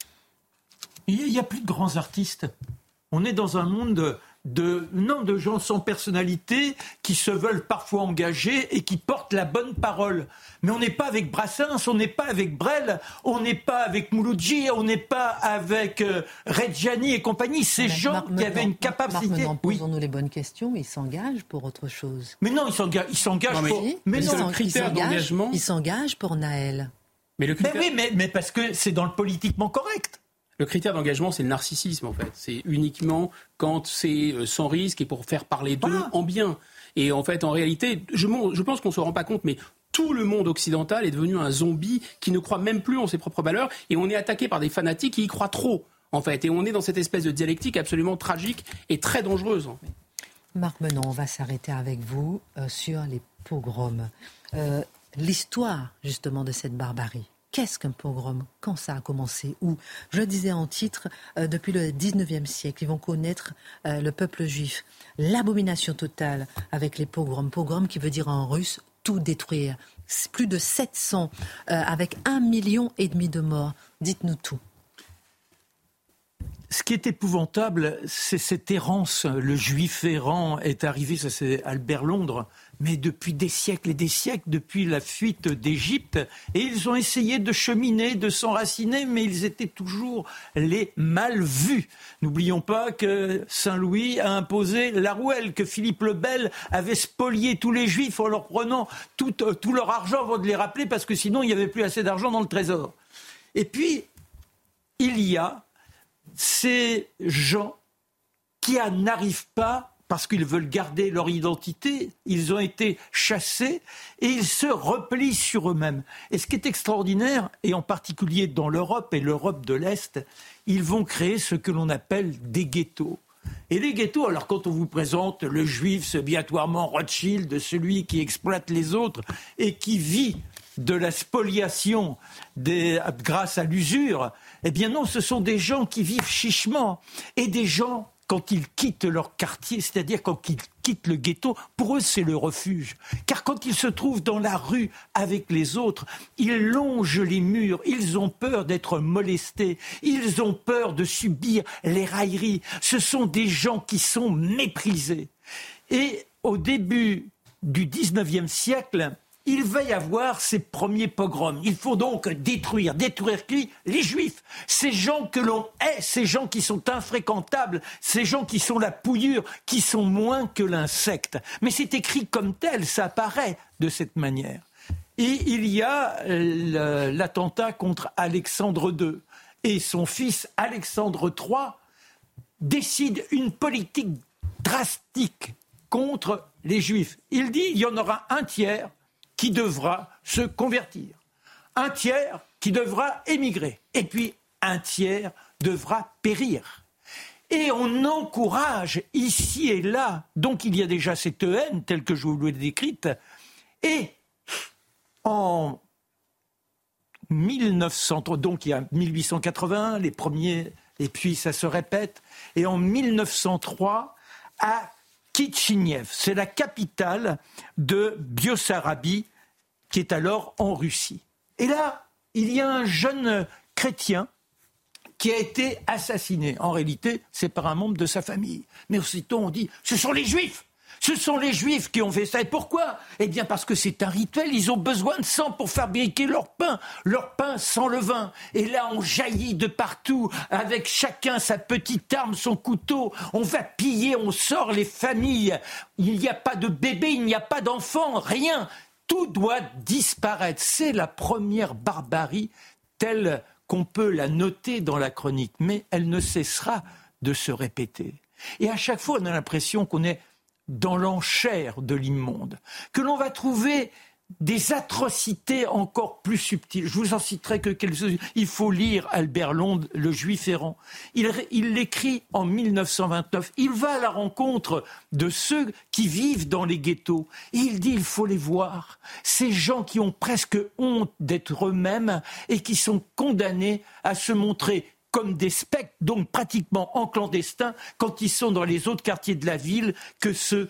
Il n'y a plus de grands artistes. On est dans un monde de gens sans personnalité qui se veulent parfois engagés et qui portent la bonne parole. Mais on n'est pas avec Brassens, on n'est pas avec Brel, on n'est pas avec Mouloudji, on n'est pas avec Reggiani et compagnie. Ces gens qui avaient une capacité... Posons-nous les bonnes questions, ils s'engagent pour autre chose. Mais non, ils s'engagent pour... Mais non, le critère d'engagement... Ils s'engagent pour Naël. Mais mais parce que c'est dans le politiquement correct. Le critère d'engagement, c'est le narcissisme, en fait. C'est uniquement quand c'est sans risque et pour faire parler d'eux en bien. Et en fait, en réalité, je pense qu'on ne se rend pas compte, mais tout le monde occidental est devenu un zombie qui ne croit même plus en ses propres valeurs. Et on est attaqué par des fanatiques qui y croient trop, en fait. Et on est dans cette espèce de dialectique absolument tragique et très dangereuse, en fait. Marc Menon, on va s'arrêter avec vous sur les pogroms. L'histoire, justement, de cette barbarie. Qu'est-ce qu'un pogrom? Quand ça a commencé? Où? Je le disais en titre, depuis le 19e siècle, ils vont connaître le peuple juif. L'abomination totale avec les pogroms. Pogrom qui veut dire en russe tout détruire. C'est plus de 700, avec 1,5 million de morts. Dites-nous tout. Ce qui est épouvantable, c'est cette errance. Le juif errant est arrivé, ça c'est Albert Londres, mais depuis des siècles et des siècles, depuis la fuite d'Égypte, et ils ont essayé de cheminer, de s'enraciner, mais ils étaient toujours les mal vus. N'oublions pas que Saint-Louis a imposé la rouelle, que Philippe le Bel avait spolié tous les juifs en leur prenant tout leur argent avant de les rappeler, parce que sinon il n'y avait plus assez d'argent dans le trésor. Et puis, il y a ces gens qui n'arrivent pas, parce qu'ils veulent garder leur identité, ils ont été chassés et ils se replient sur eux-mêmes. Et ce qui est extraordinaire, et en particulier dans l'Europe et l'Europe de l'Est, ils vont créer ce que l'on appelle des ghettos. Et les ghettos, alors quand on vous présente le juif, ce biatoirement Rothschild, de celui qui exploite les autres et qui vit de la spoliation grâce à l'usure, eh bien non, ce sont des gens qui vivent chichement. Et des gens, quand ils quittent leur quartier, c'est-à-dire quand ils quittent le ghetto, pour eux c'est le refuge. Car quand ils se trouvent dans la rue avec les autres, ils longent les murs, ils ont peur d'être molestés, ils ont peur de subir les railleries. Ce sont des gens qui sont méprisés. Et au début du 19e siècle, il va y avoir ces premiers pogroms. Il faut donc détruire qui? Les Juifs. Ces gens que l'on hait, ces gens qui sont infréquentables, ces gens qui sont la pouillure, qui sont moins que l'insecte. Mais c'est écrit comme tel, ça apparaît de cette manière. Et il y a l'attentat contre Alexandre II. Et son fils Alexandre III décide une politique drastique contre les Juifs. Il dit il y en aura 1/3 qui devra se convertir, 1/3 qui devra émigrer, et puis 1/3 devra périr. Et on encourage ici et là. Donc il y a déjà cette haine telle que je vous l'ai décrite. Et en 1903, donc il y a 1881, les premiers, et puis ça se répète. Et en 1903, à Kitchinev, c'est la capitale de Bessarabie, qui est alors en Russie. Et là, il y a un jeune chrétien qui a été assassiné. En réalité, c'est par un membre de sa famille. Mais aussitôt, on dit, ce sont les Juifs. Ce sont les Juifs qui ont fait ça. Et pourquoi ? Eh bien, parce que c'est un rituel. Ils ont besoin de sang pour fabriquer leur pain sans levain. Et là, on jaillit de partout, avec chacun sa petite arme, son couteau. On va piller, on sort les familles. Il n'y a pas de bébé, il n'y a pas d'enfant, rien. Tout doit disparaître. C'est la première barbarie telle qu'on peut la noter dans la chronique. Mais elle ne cessera de se répéter. Et à chaque fois, on a l'impression qu'on est dans l'enchère de l'immonde, que l'on va trouver des atrocités encore plus subtiles. Je vous en citerai que quelques-unes. Il faut lire Albert Londres, le Juif errant. Il l'écrit en 1929. Il va à la rencontre de ceux qui vivent dans les ghettos. Et il dit, il faut les voir. Ces gens qui ont presque honte d'être eux-mêmes et qui sont condamnés à se montrer comme des spectres, donc pratiquement en clandestin, quand ils sont dans les autres quartiers de la ville qu'est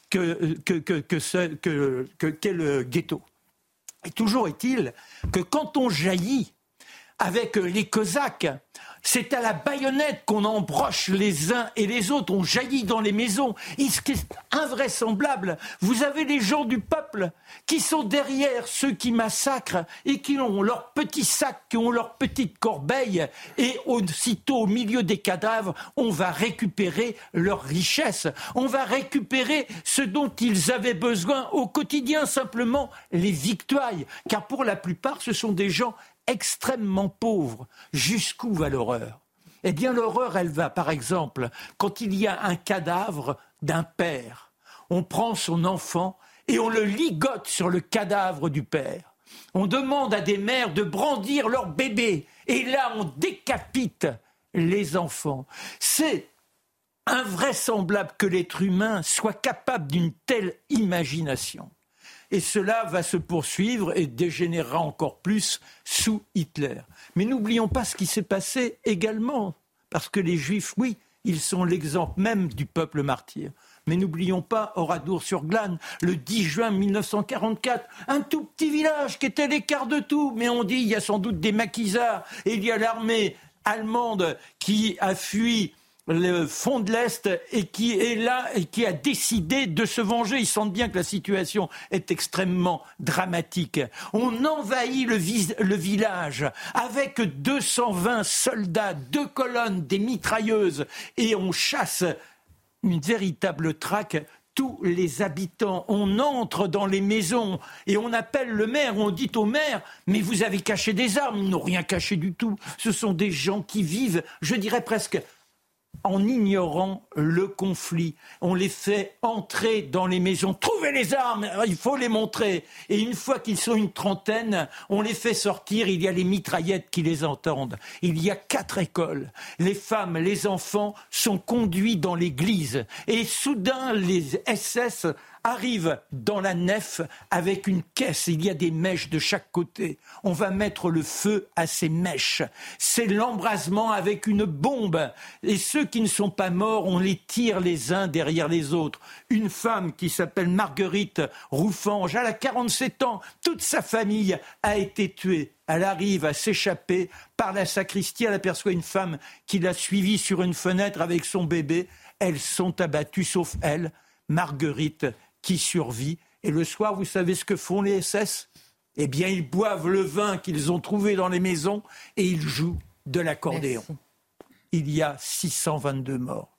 le ghetto. Et toujours est-il que quand on jaillit avec les Cosaques, c'est à la baïonnette qu'on embroche les uns et les autres, on jaillit dans les maisons. Et ce qui est invraisemblable, vous avez les gens du peuple qui sont derrière ceux qui massacrent et qui ont leurs petits sacs, qui ont leurs petites corbeilles, et aussitôt au milieu des cadavres, on va récupérer leurs richesses, on va récupérer ce dont ils avaient besoin au quotidien, simplement les victuailles, car pour la plupart, ce sont des gens extrêmement pauvres. Jusqu'où va l'horreur ? Eh bien, l'horreur, elle va, par exemple, quand il y a un cadavre d'un père, on prend son enfant et on le ligote sur le cadavre du père. On demande à des mères de brandir leur bébé et là, on décapite les enfants. C'est invraisemblable que l'être humain soit capable d'une telle imagination. Et cela va se poursuivre et dégénérera encore plus sous Hitler. Mais n'oublions pas ce qui s'est passé également, parce que les Juifs, oui, ils sont l'exemple même du peuple martyr. Mais n'oublions pas Oradour-sur-Glane, le 10 juin 1944, un tout petit village qui était l'écart de tout. Mais on dit, il y a sans doute des maquisards, et il y a l'armée allemande qui a fui le front de l'Est et qui est là et qui a décidé de se venger. Ils sentent bien que la situation est extrêmement dramatique. On envahit le village avec 220 soldats, 2 colonnes, des mitrailleuses et on chasse une véritable traque. Tous les habitants, on entre dans les maisons et on appelle le maire, on dit au maire « mais vous avez caché des armes ». Ils n'ont rien caché du tout. Ce sont des gens qui vivent, je dirais presque, en ignorant le conflit. On les fait entrer dans les maisons. Trouvez les armes, il faut les montrer. Et une fois qu'ils sont une trentaine, on les fait sortir. Il y a les mitraillettes qui les entendent. Il y a 4 écoles. Les femmes, les enfants sont conduits dans l'église. Et soudain, les SS arrivent dans la nef avec une caisse. Il y a des mèches de chaque côté. On va mettre le feu à ces mèches. C'est l'embrasement avec une bombe. Et ceux qui ne sont pas morts, on les tire les uns derrière les autres. Une femme qui s'appelle Marguerite Rouffange, elle a 47 ans. Toute sa famille a été tuée. Elle arrive à s'échapper. Par la sacristie, elle aperçoit une femme qui l'a suivie sur une fenêtre avec son bébé. Elles sont abattues, sauf elle, Marguerite, qui survit. Et le soir, vous savez ce que font les SS ? Eh bien, ils boivent le vin qu'ils ont trouvé dans les maisons et ils jouent de l'accordéon. Merci. Il y a 622 morts.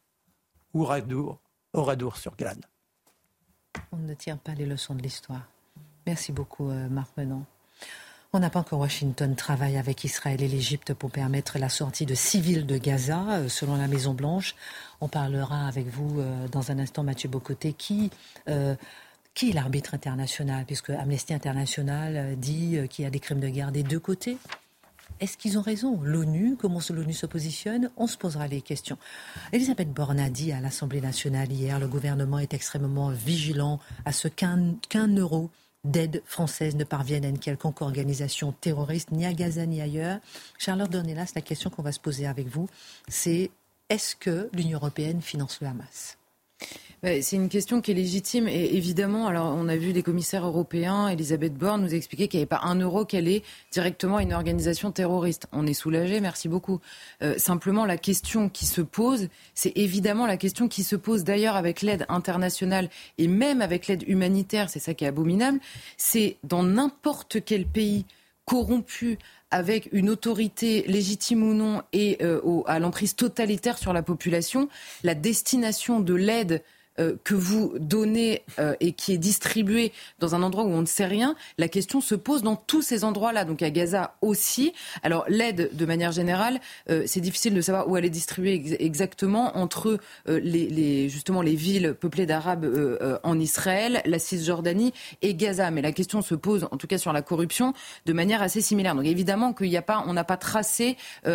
Oradour-sur-Glane. On ne tient pas les leçons de l'histoire. Merci beaucoup, Marc Menon. On apprend que Washington travaille avec Israël et l'Égypte pour permettre la sortie de civils de Gaza, selon la Maison-Blanche. On parlera avec vous dans un instant, Mathieu Bocoté, qui est l'arbitre international, puisque Amnesty International dit qu'il y a des crimes de guerre des deux côtés. Est-ce qu'ils ont raison ? L'ONU, comment l'ONU se positionne ? On se posera les questions. Elisabeth Borne a dit à l'Assemblée nationale hier, le gouvernement est extrêmement vigilant à ce qu'un euro d'aide française ne parvienne à une quelconque organisation terroriste, ni à Gaza ni ailleurs. Charlotte Dornelas, la question qu'on va se poser avec vous, c'est est-ce que l'Union européenne finance le Hamas ? C'est une question qui est légitime et évidemment, alors on a vu des commissaires européens, Elisabeth Borne nous expliquer qu'il n'y avait pas un euro qu'elle est directement à une organisation terroriste. On est soulagé, merci beaucoup. Simplement, la question qui se pose, c'est évidemment la question qui se pose d'ailleurs avec l'aide internationale et même avec l'aide humanitaire, c'est ça qui est abominable, c'est dans n'importe quel pays corrompu avec une autorité légitime ou non et à l'emprise totalitaire sur la population, la destination de l'aide que vous donnez et qui est distribuée dans un endroit où on ne sait rien, la question se pose dans tous ces endroits-là, donc à Gaza aussi. Alors l'aide, de manière générale, c'est difficile de savoir où elle est distribuée exactement entre justement les villes peuplées d'Arabes en Israël, la Cisjordanie et Gaza. Mais la question se pose, en tout cas sur la corruption, de manière assez similaire. Donc évidemment on n'a pas tracé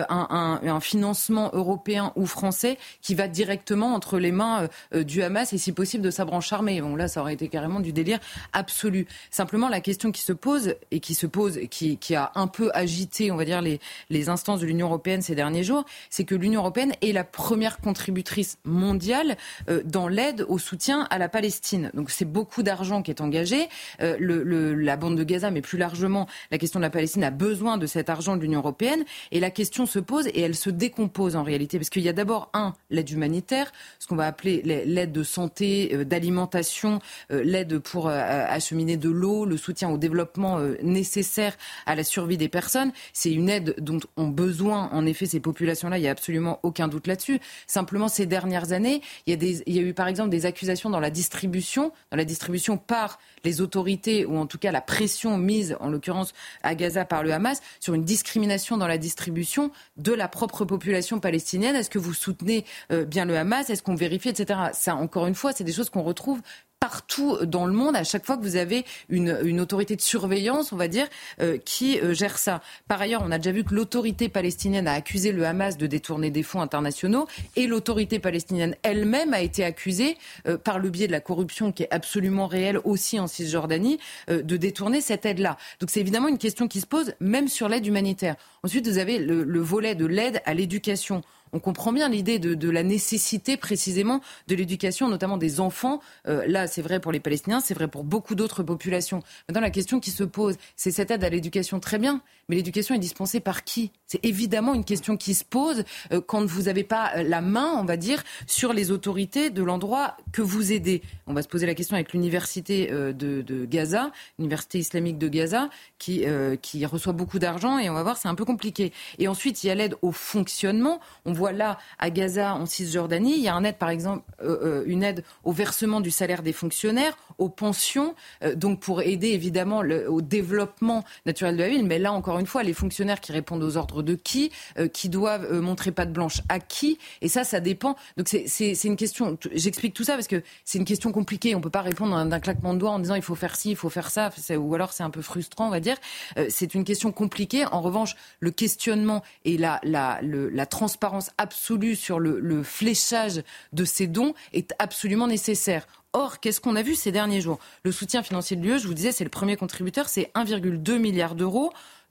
un financement européen ou français qui va directement entre les mains du Hamas et si possible de sa branche armée. Bon, là, ça aurait été carrément du délire absolu. Simplement, la question qui se pose, qui a un peu agité, on va dire, les instances de l'Union européenne ces derniers jours, c'est que l'Union européenne est la première contributrice mondiale dans l'aide au soutien à la Palestine. Donc, c'est beaucoup d'argent qui est engagé. La bande de Gaza, mais plus largement, la question de la Palestine a besoin de cet argent de l'Union européenne. Et la question se pose et elle se décompose en réalité. Parce qu'il y a d'abord, l'aide humanitaire, ce qu'on va appeler l'aide de santé, d'alimentation, l'aide pour acheminer de l'eau, le soutien au développement nécessaire à la survie des personnes. C'est une aide dont ont besoin, en effet, ces populations-là. Il n'y a absolument aucun doute là-dessus. Simplement, ces dernières années, il y a eu, par exemple, des accusations dans la distribution par les autorités, ou en tout cas la pression mise, en l'occurrence à Gaza par le Hamas, sur une discrimination dans la distribution de la propre population palestinienne. Est-ce que vous soutenez bien le Hamas ? Est-ce qu'on vérifie, etc. Ça, encore une fois, c'est des choses qu'on retrouve partout dans le monde, à chaque fois que vous avez une autorité de surveillance, on va dire, qui gère ça. Par ailleurs, on a déjà vu que l'autorité palestinienne a accusé le Hamas de détourner des fonds internationaux et l'autorité palestinienne elle-même a été accusée, par le biais de la corruption qui est absolument réelle aussi en Cisjordanie, de détourner cette aide-là. Donc c'est évidemment une question qui se pose, même sur l'aide humanitaire. Ensuite, vous avez le volet de l'aide à l'éducation. On comprend bien l'idée de la nécessité précisément de l'éducation, notamment des enfants. Là, c'est vrai pour les Palestiniens, c'est vrai pour beaucoup d'autres populations. Maintenant, la question qui se pose, c'est cette aide à l'éducation, très bien, mais l'éducation est dispensée par qui ? C'est évidemment une question qui se pose quand vous n'avez pas la main, on va dire, sur les autorités de l'endroit que vous aidez. On va se poser la question avec l'université de Gaza, l'université islamique de Gaza, qui reçoit beaucoup d'argent, et on va voir, c'est un peu compliqué. Et ensuite, il y a l'aide au fonctionnement. On voit là, à Gaza, en Cisjordanie, il y a une aide, par exemple, une aide au versement du salaire des fonctionnaires, aux pensions, donc pour aider évidemment au développement naturel de la ville. Mais là, encore une fois, les fonctionnaires qui répondent aux ordres de qui doivent montrer patte blanche à qui, et ça dépend. Donc c'est une question, j'explique tout ça parce que c'est une question compliquée. On ne peut pas répondre d'un claquement de doigts en disant il faut faire ci, il faut faire ça, ou alors c'est un peu frustrant, on va dire. C'est une question compliquée. En revanche, le questionnement et la transparence absolue sur le fléchage de ces dons est absolument nécessaire. Or, qu'est-ce qu'on a vu ces derniers jours ? Le soutien financier de l'UE, je vous disais, c'est le premier contributeur, c'est 1,2 milliard d'euros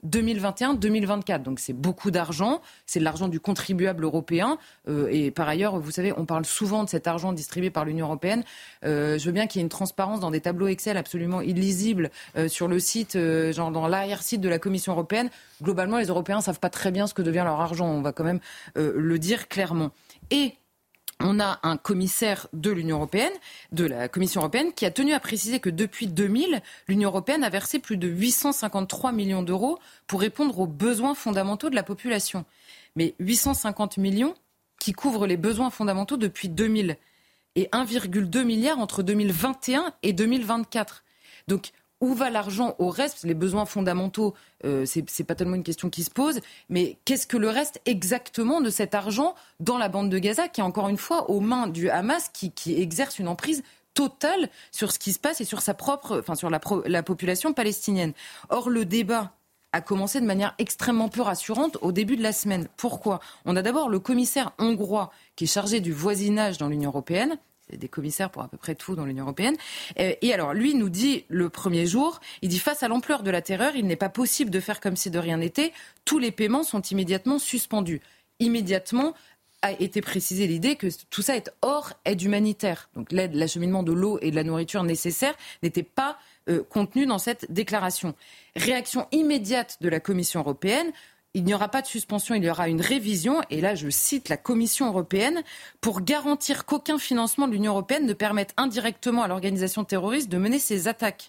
2021-2024. Donc c'est beaucoup d'argent, c'est de l'argent du contribuable européen. Et par ailleurs, vous savez, on parle souvent de cet argent distribué par l'Union européenne. Je veux bien qu'il y ait une transparence dans des tableaux Excel absolument illisibles sur le site, genre dans l'arrière-site de la Commission européenne. Globalement, les Européens ne savent pas très bien ce que devient leur argent. On va quand même le dire clairement. Et on a un commissaire de l'Union européenne, de la Commission européenne, qui a tenu à préciser que depuis 2000, l'Union européenne a versé plus de 853 millions d'euros pour répondre aux besoins fondamentaux de la population. Mais 850 millions qui couvrent les besoins fondamentaux depuis 2000 et 1,2 milliard entre 2021 et 2024. Donc, où va l'argent au reste ? Les besoins fondamentaux, c'est pas tellement une question qui se pose, mais qu'est-ce que le reste exactement de cet argent dans la bande de Gaza, qui est encore une fois aux mains du Hamas, qui exerce une emprise totale sur ce qui se passe et sur sa propre, sur la population palestinienne. Or, le débat a commencé de manière extrêmement peu rassurante au début de la semaine. Pourquoi ? On a d'abord le commissaire hongrois qui est chargé du voisinage dans l'Union européenne. C'est des commissaires pour à peu près tout dans l'Union européenne. Et alors, lui nous dit le premier jour, il dit face à l'ampleur de la terreur, il n'est pas possible de faire comme si de rien n'était. Tous les paiements sont immédiatement suspendus. Immédiatement a été précisée l'idée que tout ça est hors aide humanitaire. Donc l'aide, l'acheminement de l'eau et de la nourriture nécessaires n'était pas contenu dans cette déclaration. Réaction immédiate de la Commission européenne. Il n'y aura pas de suspension, il y aura une révision. Et là, je cite la Commission européenne, pour garantir qu'aucun financement de l'Union européenne ne permette indirectement à l'organisation terroriste de mener ses attaques.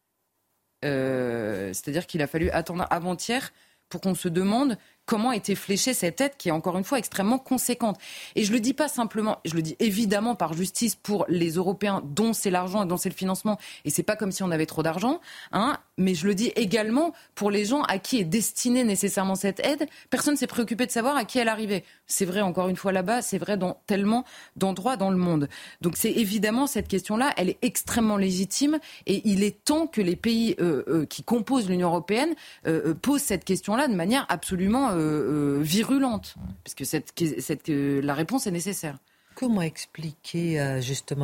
C'est-à-dire qu'il a fallu attendre avant-hier pour qu'on se demande comment était fléchée cette aide qui est encore une fois extrêmement conséquente. Et je le dis pas simplement, je le dis évidemment par justice pour les Européens dont c'est l'argent et dont c'est le financement, et c'est pas comme si on avait trop d'argent, mais je le dis également pour les gens à qui est destinée nécessairement cette aide. Personne ne s'est préoccupé de savoir à qui elle arrivait. C'est vrai encore une fois là-bas, c'est vrai dans tellement d'endroits dans le monde. Donc c'est évidemment cette question-là, elle est extrêmement légitime, et il est temps que les pays qui composent l'Union européenne posent cette question-là de manière absolument virulente, parce que la réponse est nécessaire. Comment expliquer justement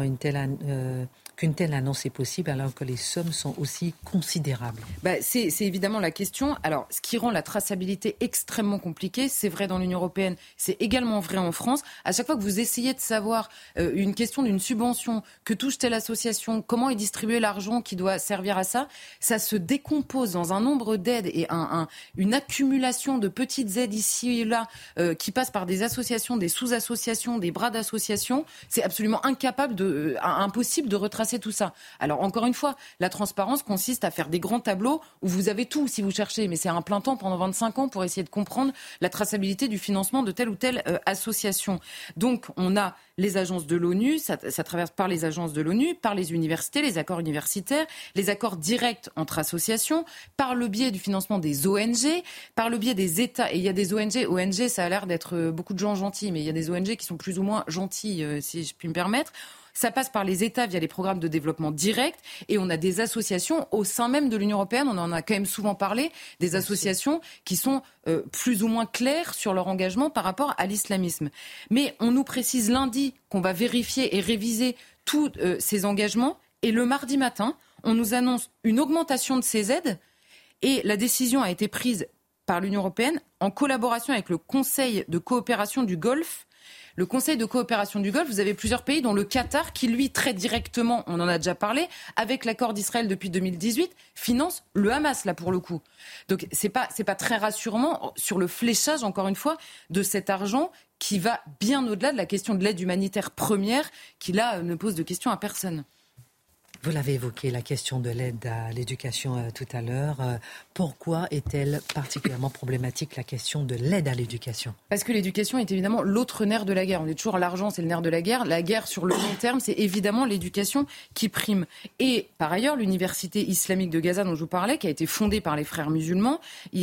qu'une telle annonce est possible alors que les sommes sont aussi considérables ? C'est évidemment la question. Alors, ce qui rend la traçabilité extrêmement compliquée, c'est vrai dans l'Union européenne, c'est également vrai en France. À chaque fois que vous essayez de savoir une question d'une subvention, que touche telle association, comment est distribué l'argent qui doit servir à ça, ça se décompose dans un nombre d'aides et une accumulation de petites aides ici et là qui passent par des associations, des sous-associations, des bras d'associations. C'est absolument impossible de retracer tout ça. Alors encore une fois, la transparence consiste à faire des grands tableaux où vous avez tout si vous cherchez, mais c'est un plein temps pendant 25 ans pour essayer de comprendre la traçabilité du financement de telle ou telle association. Donc on a les agences de l'ONU, ça traverse par les agences de l'ONU, par les universités, les accords universitaires, les accords directs entre associations, par le biais du financement des ONG, par le biais des États. Et il y a des ONG, ça a l'air d'être beaucoup de gens gentils, mais il y a des ONG qui sont plus ou moins gentils, si je puis me permettre. Ça passe par les États via les programmes de développement direct, et on a des associations au sein même de l'Union européenne, on en a quand même souvent parlé, des associations qui sont plus ou moins claires sur leur engagement par rapport à l'islamisme. Mais on nous précise lundi qu'on va vérifier et réviser tous ces engagements, et le mardi matin, on nous annonce une augmentation de ces aides, et la décision a été prise par l'Union européenne en collaboration avec le Conseil de coopération du Golfe. Le Conseil de coopération du Golfe, vous avez plusieurs pays, dont le Qatar, qui lui, très directement, on en a déjà parlé, avec l'accord d'Israël depuis 2018, finance le Hamas, là, pour le coup. Donc, c'est pas très rassurant sur le fléchage, encore une fois, de cet argent qui va bien au-delà de la question de l'aide humanitaire première, qui, là, ne pose de questions à personne. Vous l'avez évoqué, la question de l'aide à l'éducation tout à l'heure. Pourquoi est-elle particulièrement problématique, la question de l'aide à l'éducation ? Parce que l'éducation est évidemment l'autre nerf de la guerre. On dit toujours l'argent, c'est le nerf de la guerre. La guerre sur le long terme, c'est évidemment l'éducation qui prime. Et par ailleurs, l'université islamique de Gaza dont je vous parlais, qui a été fondée par les frères musulmans,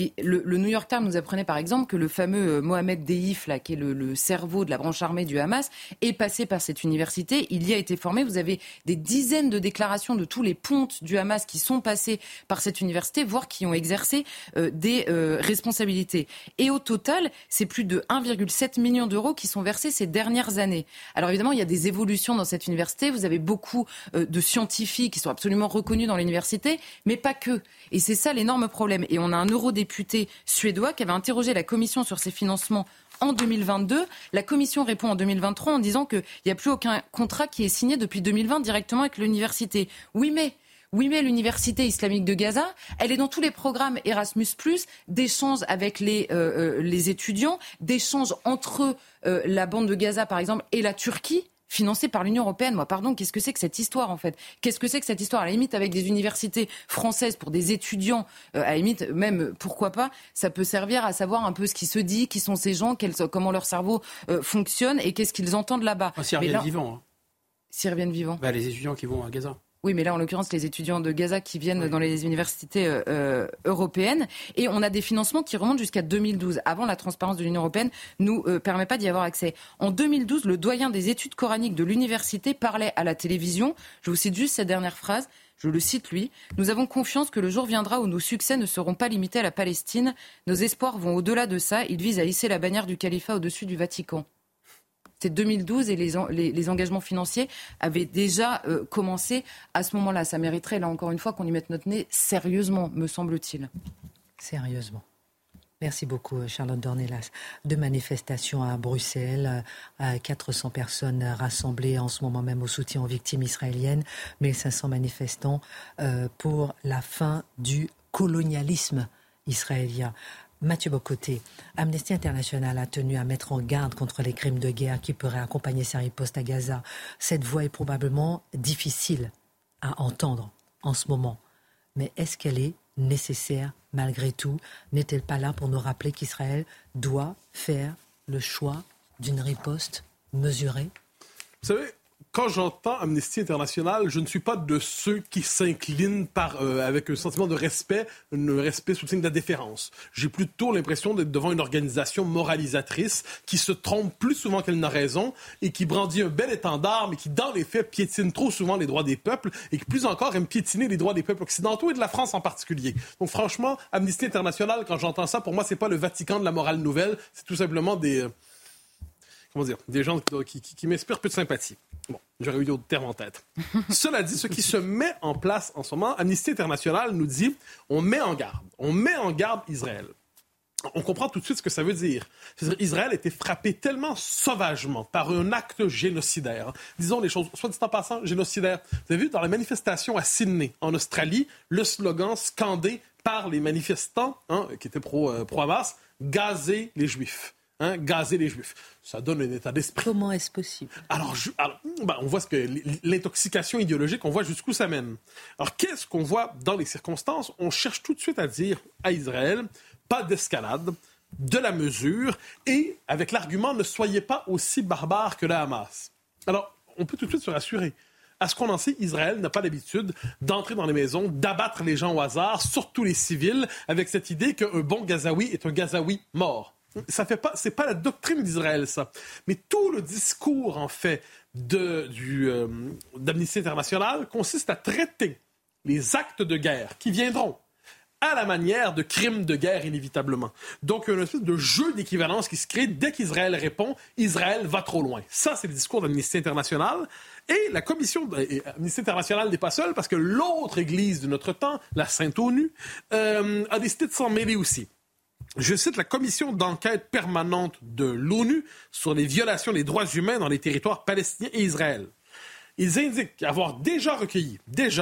le New York Times nous apprenait par exemple que le fameux Mohamed Deif, là, qui est le cerveau de la branche armée du Hamas, est passé par cette université. Il y a été formé. Vous avez des dizaines de déclarations de tous les pontes du Hamas qui sont passés par cette université, voire qui ont exercé des responsabilités. Et au total, c'est plus de 1,7 million d'euros qui sont versés ces dernières années. Alors évidemment, il y a des évolutions dans cette université. Vous avez beaucoup de scientifiques qui sont absolument reconnus dans l'université, mais pas que. Et c'est ça l'énorme problème. Et on a un eurodéputé suédois qui avait interrogé la Commission sur ses financements en 2022. La Commission répond en 2023 en disant qu'il n'y a plus aucun contrat qui est signé depuis 2020 directement avec l'université. Oui, mais l'université islamique de Gaza, elle est dans tous les programmes Erasmus+, d'échanges avec les étudiants, d'échanges entre la bande de Gaza, par exemple, et la Turquie, financée par l'Union européenne. Moi, pardon, qu'est-ce que c'est que cette histoire, en fait ? Qu'est-ce que c'est que cette histoire ? À la limite, avec des universités françaises pour des étudiants, à la limite, même, pourquoi pas, ça peut servir à savoir un peu ce qui se dit, qui sont ces gens, comment leur cerveau fonctionne et qu'est-ce qu'ils entendent là-bas. S'ils reviennent vivants. S'ils reviennent vivants. Les étudiants qui vont à Gaza. Oui, mais là, en l'occurrence, les étudiants de Gaza qui viennent dans les universités européennes. Et on a des financements qui remontent jusqu'à 2012. Avant, la transparence de l'Union européenne nous permet pas d'y avoir accès. En 2012, le doyen des études coraniques de l'université parlait à la télévision. Je vous cite juste cette dernière phrase. Je le cite lui, « Nous avons confiance que le jour viendra où nos succès ne seront pas limités à la Palestine. Nos espoirs vont au-delà de ça. Ils visent à hisser la bannière du califat au-dessus du Vatican. » C'est 2012 et les engagements financiers avaient déjà commencé à ce moment-là. Ça mériterait, là encore une fois, qu'on y mette notre nez sérieusement, me semble-t-il. Sérieusement. Merci beaucoup, Charlotte Dornelas. 2 manifestations à Bruxelles, 400 personnes rassemblées en ce moment même au soutien aux victimes israéliennes, 1500 manifestants pour la fin du colonialisme israélien. Mathieu Bocoté, Amnesty International a tenu à mettre en garde contre les crimes de guerre qui pourraient accompagner sa riposte à Gaza. Cette voix est probablement difficile à entendre en ce moment. Mais est-ce qu'elle est nécessaire malgré tout? N'est-elle pas là pour nous rappeler qu'Israël doit faire le choix d'une riposte mesurée? Vous savez, quand j'entends Amnesty International, je ne suis pas de ceux qui s'inclinent avec un sentiment de respect, un respect sous le signe de la déférence. J'ai plutôt l'impression d'être devant une organisation moralisatrice qui se trompe plus souvent qu'elle n'a raison et qui brandit un bel étendard, mais qui, dans les faits, piétine trop souvent les droits des peuples et qui, plus encore, aime piétiner les droits des peuples occidentaux et de la France en particulier. Donc, franchement, Amnesty International, quand j'entends ça, pour moi, c'est pas le Vatican de la morale nouvelle, c'est tout simplement des gens qui m'inspirent peu de sympathie. Bon, j'aurais eu d'autres termes en tête. Cela dit, ce qui se met en place en ce moment, Amnesty International nous dit, on met en garde Israël. On comprend tout de suite ce que ça veut dire. C'est-à-dire, Israël a été frappé tellement sauvagement par un acte génocidaire. Disons les choses, soit dit en passant, génocidaire. Vous avez vu, dans la manifestation à Sydney, en Australie, le slogan scandé par les manifestants qui étaient pro-Hamas, « Gazer les Juifs ». Gazer les Juifs. Ça donne un état d'esprit. Comment est-ce possible? Alors, on voit l'intoxication idéologique, on voit jusqu'où ça mène. Alors, qu'est-ce qu'on voit dans les circonstances? On cherche tout de suite à dire à Israël, pas d'escalade, de la mesure, et avec l'argument, ne soyez pas aussi barbares que la Hamas. Alors, on peut tout de suite se rassurer. À ce qu'on en sait, Israël n'a pas l'habitude d'entrer dans les maisons, d'abattre les gens au hasard, surtout les civils, avec cette idée qu'un bon Gazaoui est un Gazaoui mort. C'est pas la doctrine d'Israël, ça. Mais tout le discours, en fait, d'Amnesty International consiste à traiter les actes de guerre qui viendront à la manière de crimes de guerre, inévitablement. Donc, il y a une espèce de jeu d'équivalence qui se crée dès qu'Israël répond « Israël va trop loin ». Ça, c'est le discours d'Amnesty International. Et la commission d'Amnesty International n'est pas seule parce que l'autre église de notre temps, la Sainte ONU, a décidé de s'en mêler aussi. Je cite la commission d'enquête permanente de l'ONU sur les violations des droits humains dans les territoires palestiniens et Israël. Ils indiquent avoir déjà recueilli,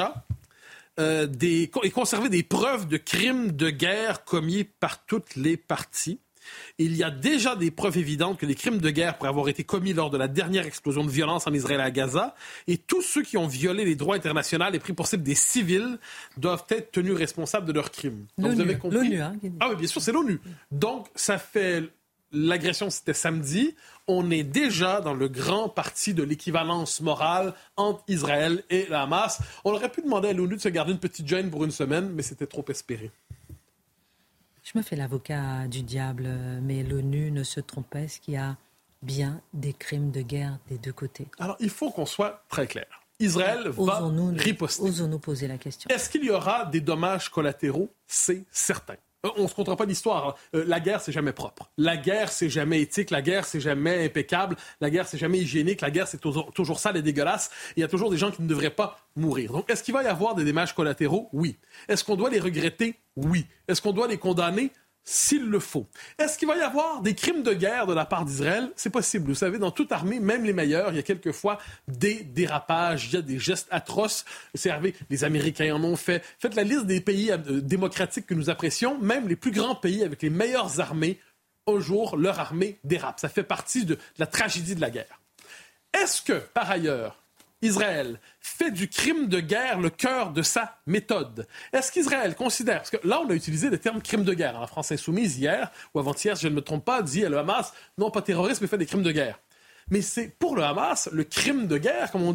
et conservé des preuves de crimes de guerre commis par toutes les parties. Il y a déjà des preuves évidentes que les crimes de guerre pourraient avoir été commis lors de la dernière explosion de violence en Israël et à Gaza. Et tous ceux qui ont violé les droits internationaux et pris pour cible des civils doivent être tenus responsables de leurs crimes. Donc, vous avez compris? L'ONU, Ah oui, bien sûr, c'est l'ONU. Donc, ça fait... L'agression, c'était samedi. On est déjà dans le grand parti de l'équivalence morale entre Israël et la Hamas. On aurait pu demander à l'ONU de se garder une petite gêne pour une semaine, mais c'était trop espéré. Je me fais l'avocat du diable, mais l'ONU ne se trompe pas. Est-ce qu'il y a bien des crimes de guerre des deux côtés? Alors, il faut qu'on soit très clair. Israël va riposter. Osons-nous poser la question. Est-ce qu'il y aura des dommages collatéraux? C'est certain. On ne se comptera pas d'histoire. La guerre, c'est jamais propre. La guerre, c'est jamais éthique. La guerre, c'est jamais impeccable. La guerre, c'est jamais hygiénique. La guerre, c'est toujours sale et dégueulasse. Il y a toujours des gens qui ne devraient pas mourir. Donc, est-ce qu'il va y avoir des dommages collatéraux? Oui. Est-ce qu'on doit les regretter? Oui. Est-ce qu'on doit les condamner? S'il le faut. Est-ce qu'il va y avoir des crimes de guerre de la part d'Israël? C'est possible. Vous savez, dans toute armée, même les meilleurs, il y a quelquefois des dérapages, il y a des gestes atroces. C'est arrivé, les Américains en ont fait. Faites la liste des pays démocratiques que nous apprécions. Même les plus grands pays avec les meilleures armées, un jour, leur armée dérape. Ça fait partie de la tragédie de la guerre. Est-ce que, par ailleurs, Israël fait du crime de guerre le cœur de sa méthode? Est-ce qu'Israël considère... Parce que là, on a utilisé le terme crime de guerre. La France insoumise, hier, ou avant-hier, si je ne me trompe pas, dit à le Hamas, non pas terrorisme, mais fait des crimes de guerre. Mais c'est pour le Hamas, le crime de guerre, comme on dit,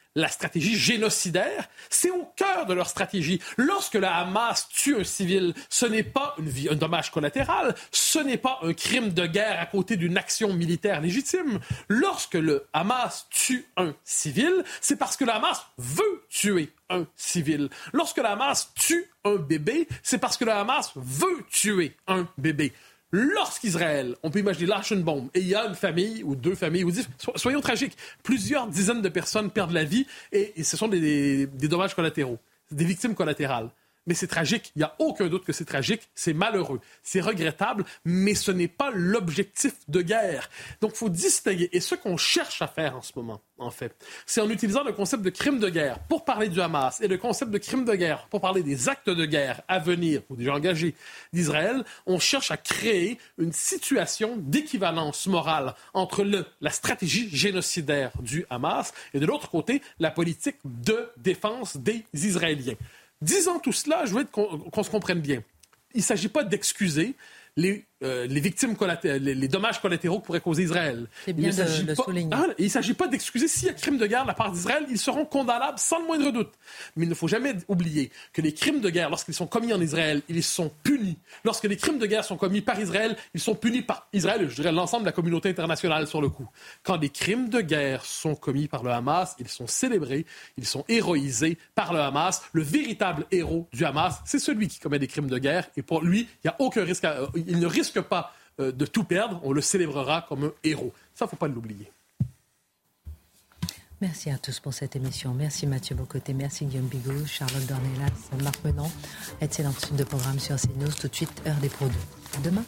la stratégie génocidaire, c'est au cœur de leur stratégie. Lorsque le Hamas tue un civil, ce n'est pas un dommage collatéral, ce n'est pas un crime de guerre à côté d'une action militaire légitime. Lorsque le Hamas tue un civil, c'est parce que le Hamas veut tuer un civil. Lorsque le Hamas tue un bébé, c'est parce que le Hamas veut tuer un bébé. Lorsqu'Israël, on peut imaginer, lâche une bombe et il y a une famille ou deux familles, ou 10, soyons tragiques, plusieurs dizaines de personnes perdent la vie et ce sont des dommages collatéraux, des victimes collatérales. Mais c'est tragique, il n'y a aucun doute que c'est tragique, c'est malheureux, c'est regrettable, mais ce n'est pas l'objectif de guerre. Donc il faut distinguer, et ce qu'on cherche à faire en ce moment, en fait, c'est en utilisant le concept de crime de guerre pour parler du Hamas et le concept de crime de guerre pour parler des actes de guerre à venir ou déjà engagés d'Israël, on cherche à créer une situation d'équivalence morale entre la stratégie génocidaire du Hamas et de l'autre côté, la politique de défense des Israéliens. Disant tout cela, je veux qu'on se comprenne bien. Il ne s'agit pas d'excuser les victimes les dommages collatéraux que pourrait causer Israël. C'est bien de le souligner. Il ne s'agit pas d'excuser s'il y a crime de guerre de la part d'Israël, ils seront condamnables sans le moindre doute. Mais il ne faut jamais oublier que les crimes de guerre, lorsqu'ils sont commis en Israël, ils sont punis. Lorsque les crimes de guerre sont commis par Israël, ils sont punis par Israël, je dirais l'ensemble de la communauté internationale sur le coup. Quand des crimes de guerre sont commis par le Hamas, ils sont célébrés, ils sont héroïsés par le Hamas. Le véritable héros du Hamas, c'est celui qui commet des crimes de guerre. Et pour lui, il n'y a aucun risque, il ne risque pas de tout perdre, on le célébrera comme un héros. Ça, il ne faut pas l'oublier. Merci à tous pour cette émission. Merci Mathieu Bocoté, merci Guillaume Bigot, Charlotte Dornelas, Marc Menon. Excellente suite de programme sur CNews. Tout de suite, Heure des Pros 2. À demain.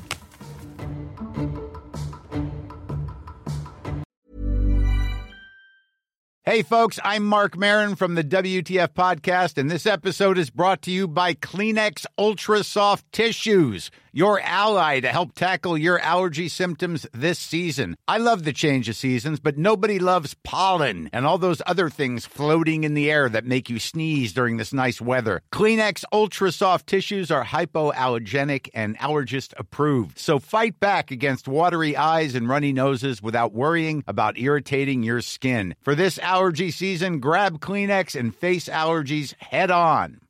Hey, folks, I'm Mark Maron from the WTF Podcast, and this episode is brought to you by Kleenex Ultra Soft Tissues, your ally to help tackle your allergy symptoms this season. I love the change of seasons, but nobody loves pollen and all those other things floating in the air that make you sneeze during this nice weather. Kleenex Ultra Soft Tissues are hypoallergenic and allergist approved, so fight back against watery eyes and runny noses without worrying about irritating your skin. For this allergy season, grab Kleenex and face allergies head on.